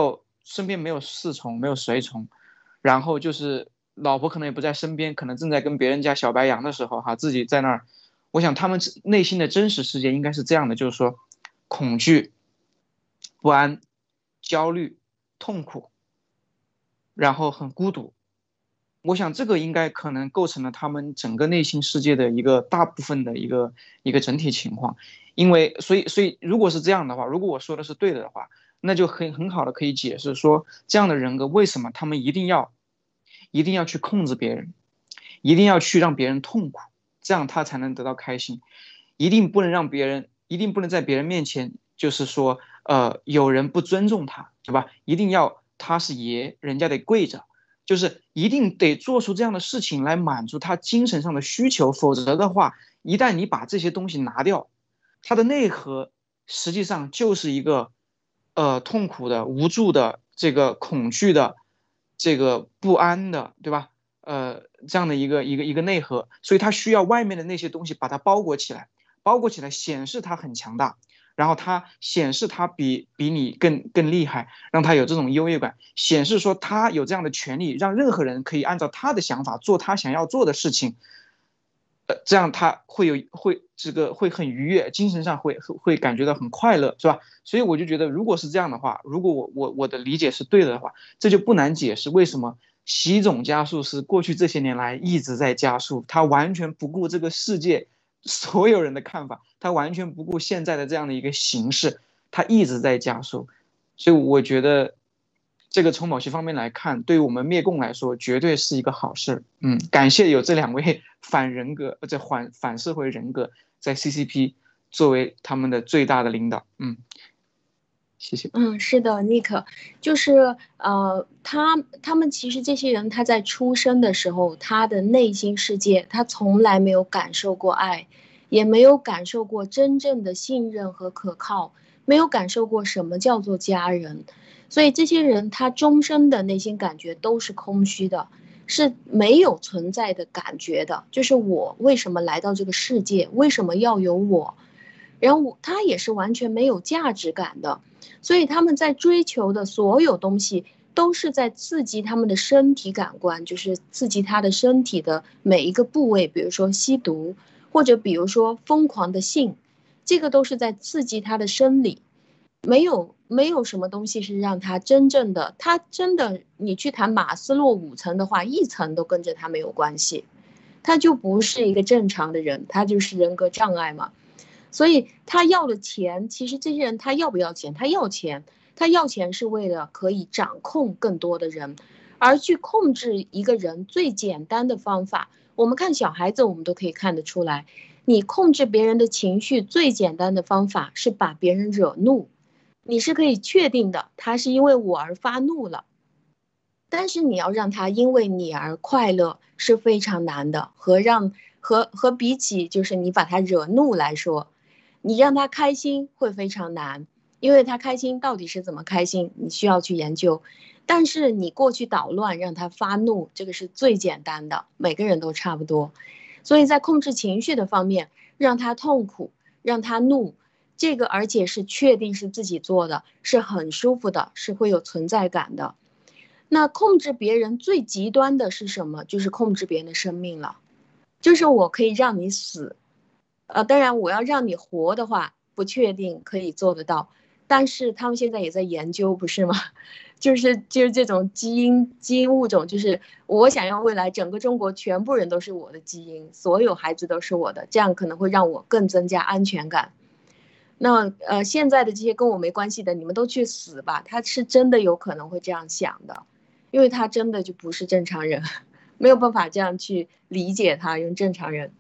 Speaker 3: 身边没有侍从，没有随从，然后就是老婆可能也不在身边，可能正在跟别人家小白羊的时候哈，自己在那儿。我想他们内心的真实世界应该是这样的，就是说恐惧、不安、焦虑、痛苦，然后很孤独。我想这个应该可能构成了他们整个内心世界的一个大部分的一个一个整体情况。因为所以所以如果是这样的话，如果我说的是对的话，那就很很好的可以解释说，这样的人格为什么他们一定要一定要去控制别人，一定要去让别人痛苦，这样他才能得到开心。一定不能让别人，一定不能在别人面前就是说呃有人不尊重他，对吧？一定要他是爷，人家得跪着。就是一定得做出这样的事情来满足他精神上的需求，否则的话，一旦你把这些东西拿掉，它的内核实际上就是一个呃痛苦的、无助的、这个恐惧的、这个不安的，对吧？呃，这样的一个一个一个内核，所以它需要外面的那些东西把它包裹起来，包裹起来显示它很强大。然后他显示他比比你更更厉害，让他有这种优越感，显示说他有这样的权利，让任何人可以按照他的想法做他想要做的事情，呃，这样他会有会这个会很愉悦，精神上会会感觉到很快乐，是吧？所以我就觉得，如果是这样的话，如果我我我的理解是对的话，这就不难解释为什么习总加速师过去这些年来一直在加速，他完全不顾这个世界所有人的看法，他完全不顾现在的这样的一个形势，他一直在加速。所以我觉得这个从某些方面来看，对于我们灭共来说绝对是一个好事。嗯，感谢有这两位反人格这反反社会人格在 C C P 作为他们的最大的领导。嗯，谢谢。
Speaker 2: 嗯，是的，Nick，就是呃，他他们其实这些人，他在出生的时候，他的内心世界，他从来没有感受过爱，也没有感受过真正的信任和可靠，没有感受过什么叫做家人，所以这些人他终身的内心感觉都是空虚的，是没有存在的感觉的，就是我为什么来到这个世界，为什么要有我，然后他也是完全没有价值感的。所以他们在追求的所有东西都是在刺激他们的身体感官，就是刺激他的身体的每一个部位，比如说吸毒，或者比如说疯狂的性，这个都是在刺激他的生理。没有没有什么东西是让他真正的，他真的你去谈马斯洛五层的话，一层都跟着他没有关系，他就不是一个正常的人，他就是人格障碍嘛。所以他要的钱，其实这些人他要不要钱？他要钱，他要钱是为了可以掌控更多的人，而去控制一个人最简单的方法，我们看小孩子，我们都可以看得出来，你控制别人的情绪最简单的方法是把别人惹怒，你是可以确定的，他是因为我而发怒了，但是你要让他因为你而快乐是非常难的，和让和和比起就是你把他惹怒来说。你让他开心会非常难，因为他开心到底是怎么开心，你需要去研究。但是你过去捣乱，让他发怒，这个是最简单的，每个人都差不多。所以在控制情绪的方面，让他痛苦，让他怒，这个而且是确定是自己做的，是很舒服的，是会有存在感的。那控制别人最极端的是什么？就是控制别人的生命了，就是我可以让你死。呃，当然我要让你活的话，不确定可以做得到，但是他们现在也在研究，不是吗？就是就是这种基因基因物种，就是我想要未来整个中国全部人都是我的基因，所有孩子都是我的，这样可能会让我更增加安全感。那呃，现在的这些跟我没关系的，你们都去死吧，他是真的有可能会这样想的，因为他真的就不是正常人，没有办法这样去理解他，用正常人。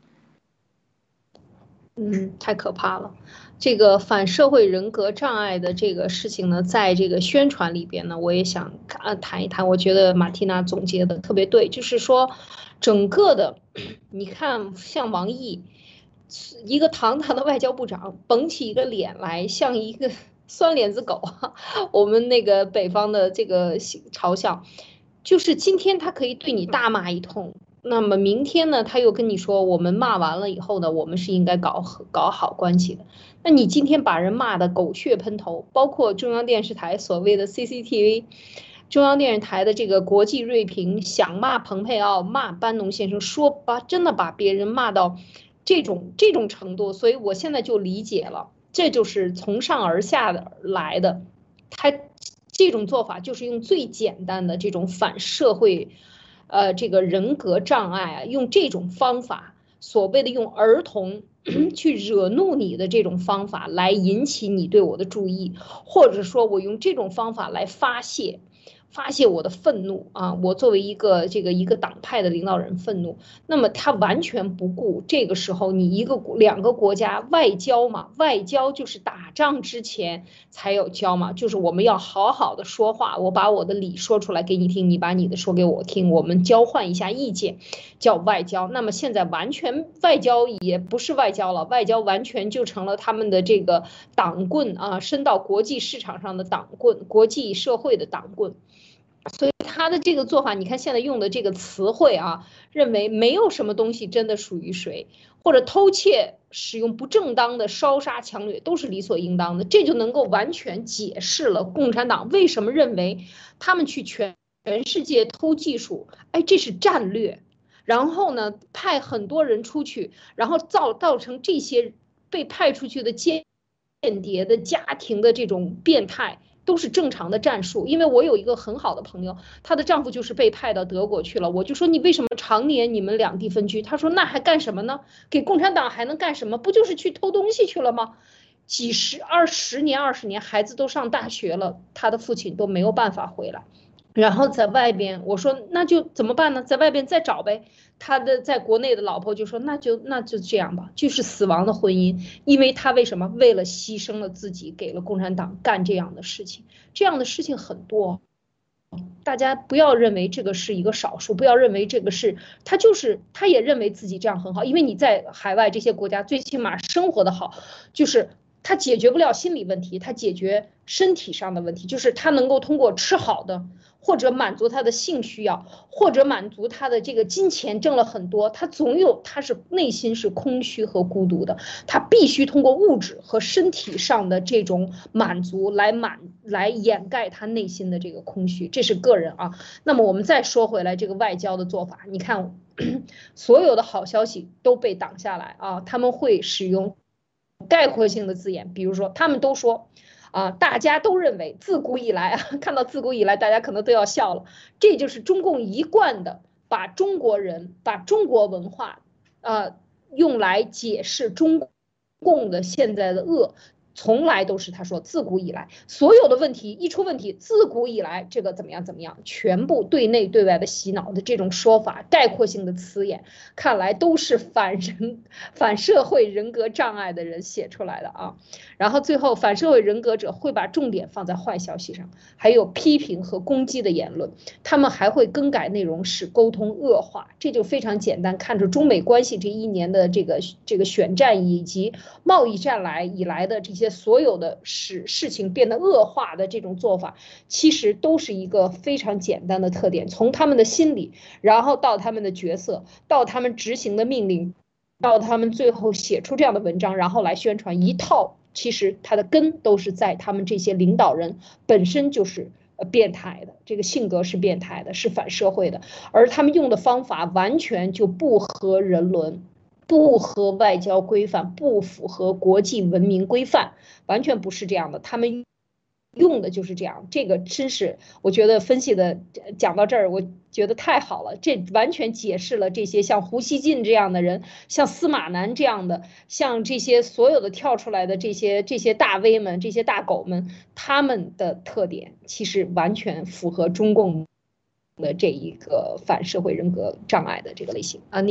Speaker 1: 嗯，太可怕了。这个反社会人格障碍的这个事情呢，在这个宣传里边呢，我也想啊谈一谈。我觉得马蒂娜总结的特别对，就是说，整个的，你看像王毅，一个堂堂的外交部长，绷起一个脸来，像一个酸脸子狗。我们那个北方的这个嘲笑，就是今天他可以对你大骂一通。 那么明天呢，他又跟你说，我们骂完了以后呢，我们是应该搞搞好关系的。那你今天把人骂得狗血喷头，包括中央电视台所谓的 C C T V， 中央电视台的这个国际锐评，想骂蓬佩奥，骂班农先生，说把真的把别人骂到这种这种程度，所以我现在就理解了，这就是从上而下的来的，他这种做法就是用最简单的这种反社会。呃，这个人格障碍啊，用这种方法，所谓的用儿童去惹怒你的这种方法来引起你对我的注意，或者说我用这种方法来发泄。发泄我的愤怒啊！我作为一个这个一个党派的领导人愤怒，那么他完全不顾这个时候你一个两个国家外交嘛，外交就是打仗之前才有交嘛，就是我们要好好的说话，我把我的理说出来给你听，你把你的说给我听，我们交换一下意见，叫外交。那么现在完全外交也不是外交了，外交完全就成了他们的这个党棍啊，伸到国际市场上的党棍，国际社会的党棍。所以他的这个做法，你看现在用的这个词汇啊，认为没有什么东西真的属于谁，或者偷窃、使用不正当的烧杀抢掠都是理所应当的，这就能够完全解释了共产党为什么认为他们去全全世界偷技术，哎，这是战略。然后呢，派很多人出去，然后造造成这些被派出去的间谍的家庭的这种变态。都是正常的战术，因为我有一个很好的朋友，她的丈夫就是被派到德国去了，我就说你为什么常年你们两地分居？她说那还干什么呢？给共产党还能干什么？不就是去偷东西去了吗？几十、二十年、二十年，孩子都上大学了，他的父亲都没有办法回来。然后在外边，我说那就怎么办呢？在外边再找呗。他的在国内的老婆就说那就那就这样吧，就是死亡的婚姻，因为他为什么？为了牺牲了自己，给了共产党干这样的事情，这样的事情很多。大家不要认为这个是一个少数，不要认为这个是他就是他也认为自己这样很好，因为你在海外这些国家最起码生活的好，就是他解决不了心理问题，他解决身体上的问题，就是他能够通过吃好的，或者满足他的性需要，或者满足他的这个金钱挣了很多，他总有他是内心是空虚和孤独的，他必须通过物质和身体上的这种满足来满来掩盖他内心的这个空虚，这是个人啊。那么我们再说回来这个外交的做法，你看所有的好消息都被挡下来啊，他们会使用概括性的字眼，比如说他们都说啊，大家都认为自古以来啊，看到自古以来，大家可能都要笑了。这就是中共一贯的把中国人、把中国文化，呃，用来解释中共的现在的恶。从来都是他说，自古以来所有的问题一出问题，自古以来这个怎么样怎么样，全部对内对外的洗脑的这种说法，概括性的词眼，看来都是反人、反社会人格障碍的人写出来的啊。然后最后，反社会人格者会把重点放在坏消息上，还有批评和攻击的言论，他们还会更改内容，使沟通恶化。这就非常简单，看着中美关系这一年的这个这个选战以及贸易战来以来的这些。所有的使事情变得恶化的这种做法，其实都是一个非常简单的特点。从他们的心理，然后到他们的角色，到他们执行的命令，到他们最后写出这样的文章，然后来宣传一套，其实它的根都是在他们这些领导人本身就是变态的，这个性格是变态的，是反社会的，而他们用的方法完全就不合人伦。不合外交规范，不符合国际文明规范，完全不是这样的。他们用的就是这样，这个真是我觉得分析的讲到这儿，我觉得太好了，这完全解释了这些像胡锡进这样的人，像司马南这样的，像这些所有的跳出来的这些这些大 V 们，这些大狗们，他们的特点其实完全符合中共的这一个反社会人格障碍的这个类型啊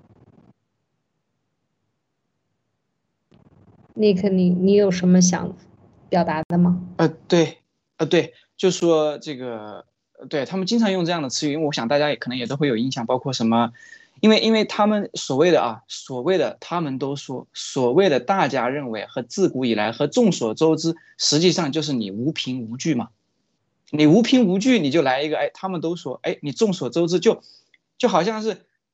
Speaker 1: ，Nick。Nick，你你有什么想表达的吗？
Speaker 3: 呃，对，呃，对，就说这个，对他们经常用这样的词语，因为我想大家也可能也都会有印象，包括什么，因为因为他们所谓的啊，所谓的他们都说，所谓的大家认为和自古以来和众所周知，实际上就是你无凭无据嘛，你无凭无据你就来一个，哎，他们都说，哎，你众所周知就就好像是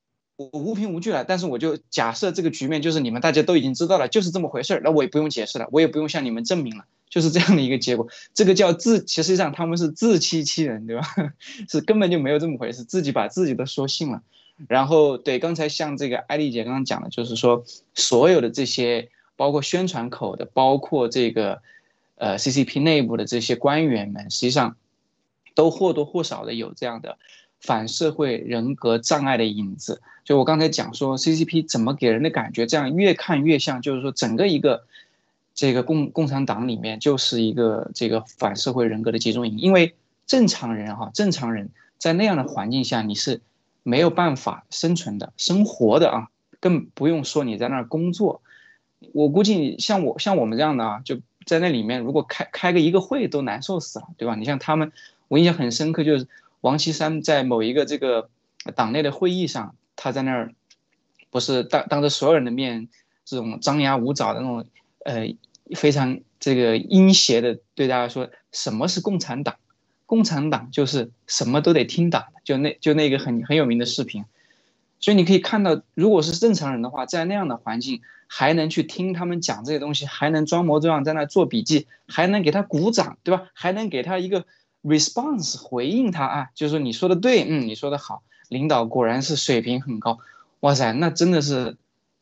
Speaker 3: 我无凭无据了，但是我就假设这个局面就是你们大家都已经知道了，就是这么回事，那我也不用解释了，我也不用向你们证明了，就是这样的一个结果。这个叫自，其实上他们是自欺欺人，对吧？是根本就没有这么回事，自己把自己都说信了。然后对，刚才像这个艾丽姐刚刚讲的，就是说所有的这些，包括宣传口的，包括这个呃 C C P 内部的这些官员们，实际上都或多或少的有这样的反社会人格障碍的影子。就我刚才讲说 C C P 怎么给人的感觉，这样越看越像，就是说整个一个这个共共产党里面就是一个这个反社会人格的集中营。因为正常人哈，正常人在那样的环境下你是没有办法生存的、生活的啊，更不用说你在那儿工作。我估计像我像我们这样的啊，就在那里面，如果开开个一个会都难受死了，对吧？你像他们，我印象很深刻，就是王岐山在某一个这个党内的会议上，他在那儿不是当当着所有人的面，这种张牙舞爪的那种呃非常这个阴邪的对大家说，什么是共产党？共产党就是什么都得听党的，就那就那个很很有名的视频。所以你可以看到，如果是正常人的话，在那样的环境还能去听他们讲这些东西，还能装模作样在那做笔记，还能给他鼓掌，对吧？还能给他一个 response 回应他啊，就是说你说的对，嗯，你说的好，领导果然是水平很高，哇塞，那真的是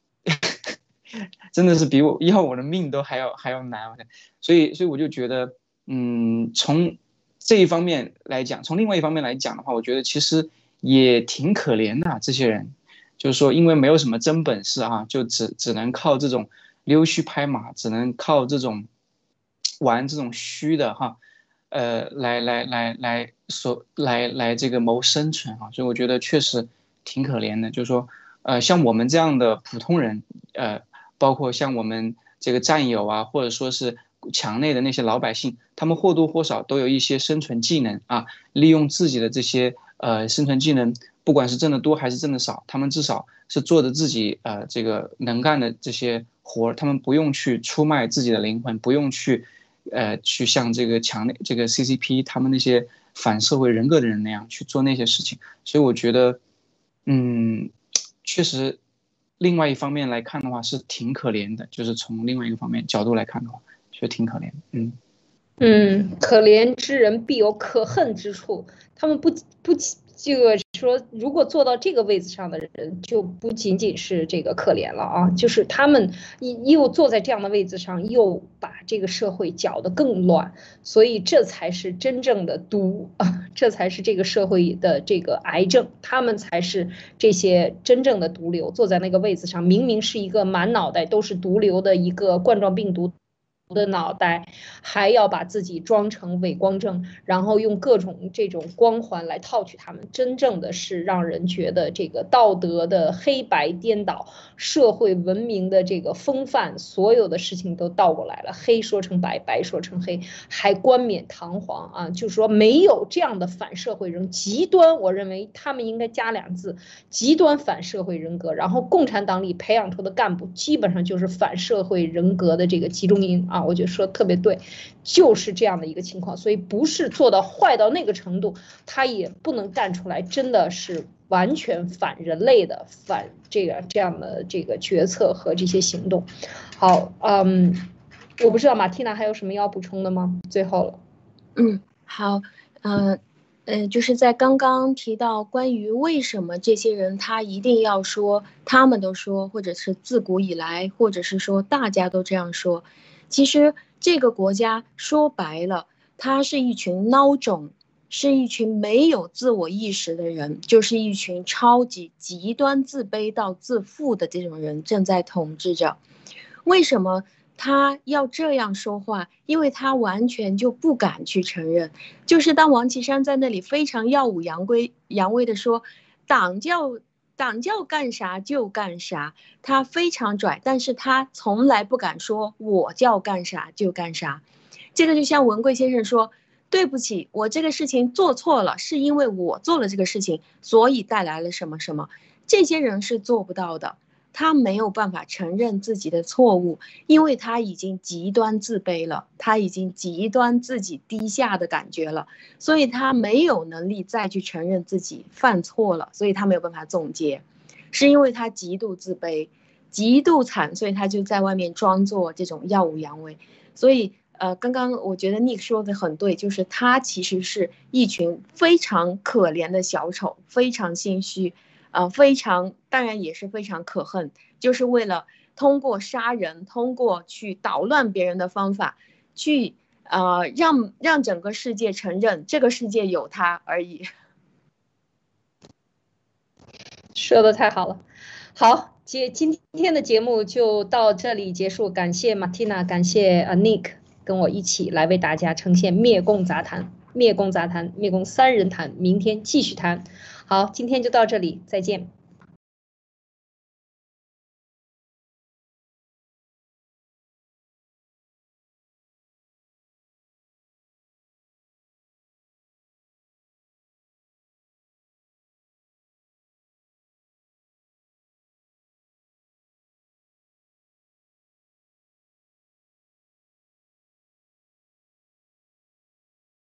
Speaker 3: 真的是比我要我的命都还要还要难。所以所以我就觉得，嗯，从这一方面来讲，从另外一方面来讲的话，我觉得其实也挺可怜的、啊、这些人，就是说因为没有什么真本事啊，就只只能靠这种溜须拍马，只能靠这种玩这种虚的哈，呃，来来来来所来来这个谋生存啊，所以我觉得确实挺可怜的。就是说，呃，像我们这样的普通人，呃，包括像我们这个战友啊，或者说是墙内的那些老百姓，他们或多或少都有一些生存技能啊，利用自己的这些呃生存技能，不管是挣得多还是挣得少，他们至少是做着自己呃这个能干的这些活，他们不用去出卖自己的灵魂，不用去呃去像这个墙内这个 C C P 他们那些反社会人格的人那样去做那些事情。所以我觉得，嗯，确实，另外一方面来看的话是挺可怜的，就是从另外一个方面角度来看的话，觉得挺可怜的。嗯
Speaker 1: 嗯，可怜之人必有可恨之处。他们不不这个说，如果坐到这个位子上的人，就不仅仅是这个可怜了啊，就是他们又坐在这样的位子上，又把这个社会搅得更乱，所以这才是真正的毒啊，这才是这个社会的这个癌症，他们才是这些真正的毒瘤，坐在那个位子上，明明是一个满脑袋都是毒瘤的一个冠状病毒的脑袋，还要把自己装成伪光正，然后用各种这种光环来套取他们，真正的是让人觉得这个道德的黑白颠倒，社会文明的这个风范，所有的事情都倒过来了，黑说成白，白说成黑，还冠冕堂皇啊！就是说没有这样的反社会人极端，我认为他们应该加两字：极端反社会人格。然后共产党里培养出的干部基本上就是反社会人格的这个集中营啊！我觉得说特别对，就是这样的一个情况。所以不是做到坏到那个程度，他也不能干出来真的是完全反人类的、反这个这样的这个决策和这些行动。好，嗯，我不知道马蒂娜还有什么要补充的吗？最后了。
Speaker 2: 嗯，好，呃。呃，就是在刚刚提到关于为什么这些人他一定要说，他们都说，或者是自古以来，或者是说大家都这样说。其实这个国家说白了，它是一群孬种，是一群没有自我意识的人，就是一群超级极端自卑到自负的这种人正在统治着。为什么他要这样说话？因为他完全就不敢去承认。就是当王岐山在那里非常耀武扬威扬威的说，党叫党叫干啥就干啥，他非常拽，但是他从来不敢说我叫干啥就干啥。这个就像文贵先生说，对不起，我这个事情做错了，是因为我做了这个事情，所以带来了什么什么。这些人是做不到的。他没有办法承认自己的错误，因为他已经极端自卑了，他已经极端自己低下的感觉了，所以他没有能力再去承认自己犯错了，所以他没有办法总结。 是因为他极度自卑，极度惨，所以他就在外面装作这种耀武扬威。所以呃，刚刚我觉得 Nick 说的很对，就是他其实是一群非常可怜的小丑，非常心虚，呃，非常当然也是非常可恨，就是为了通过杀人，通过去捣乱别人的方法，去呃让让整个世界承认这个世界有他而已。
Speaker 1: 说的太好了，好，节今天的节目就到这里结束，感谢 Martina， 感谢呃 Nick 跟我一起来为大家呈现灭共杂谈，灭共杂谈，灭共三人谈，明天继续谈。好，今天就到这里，再见。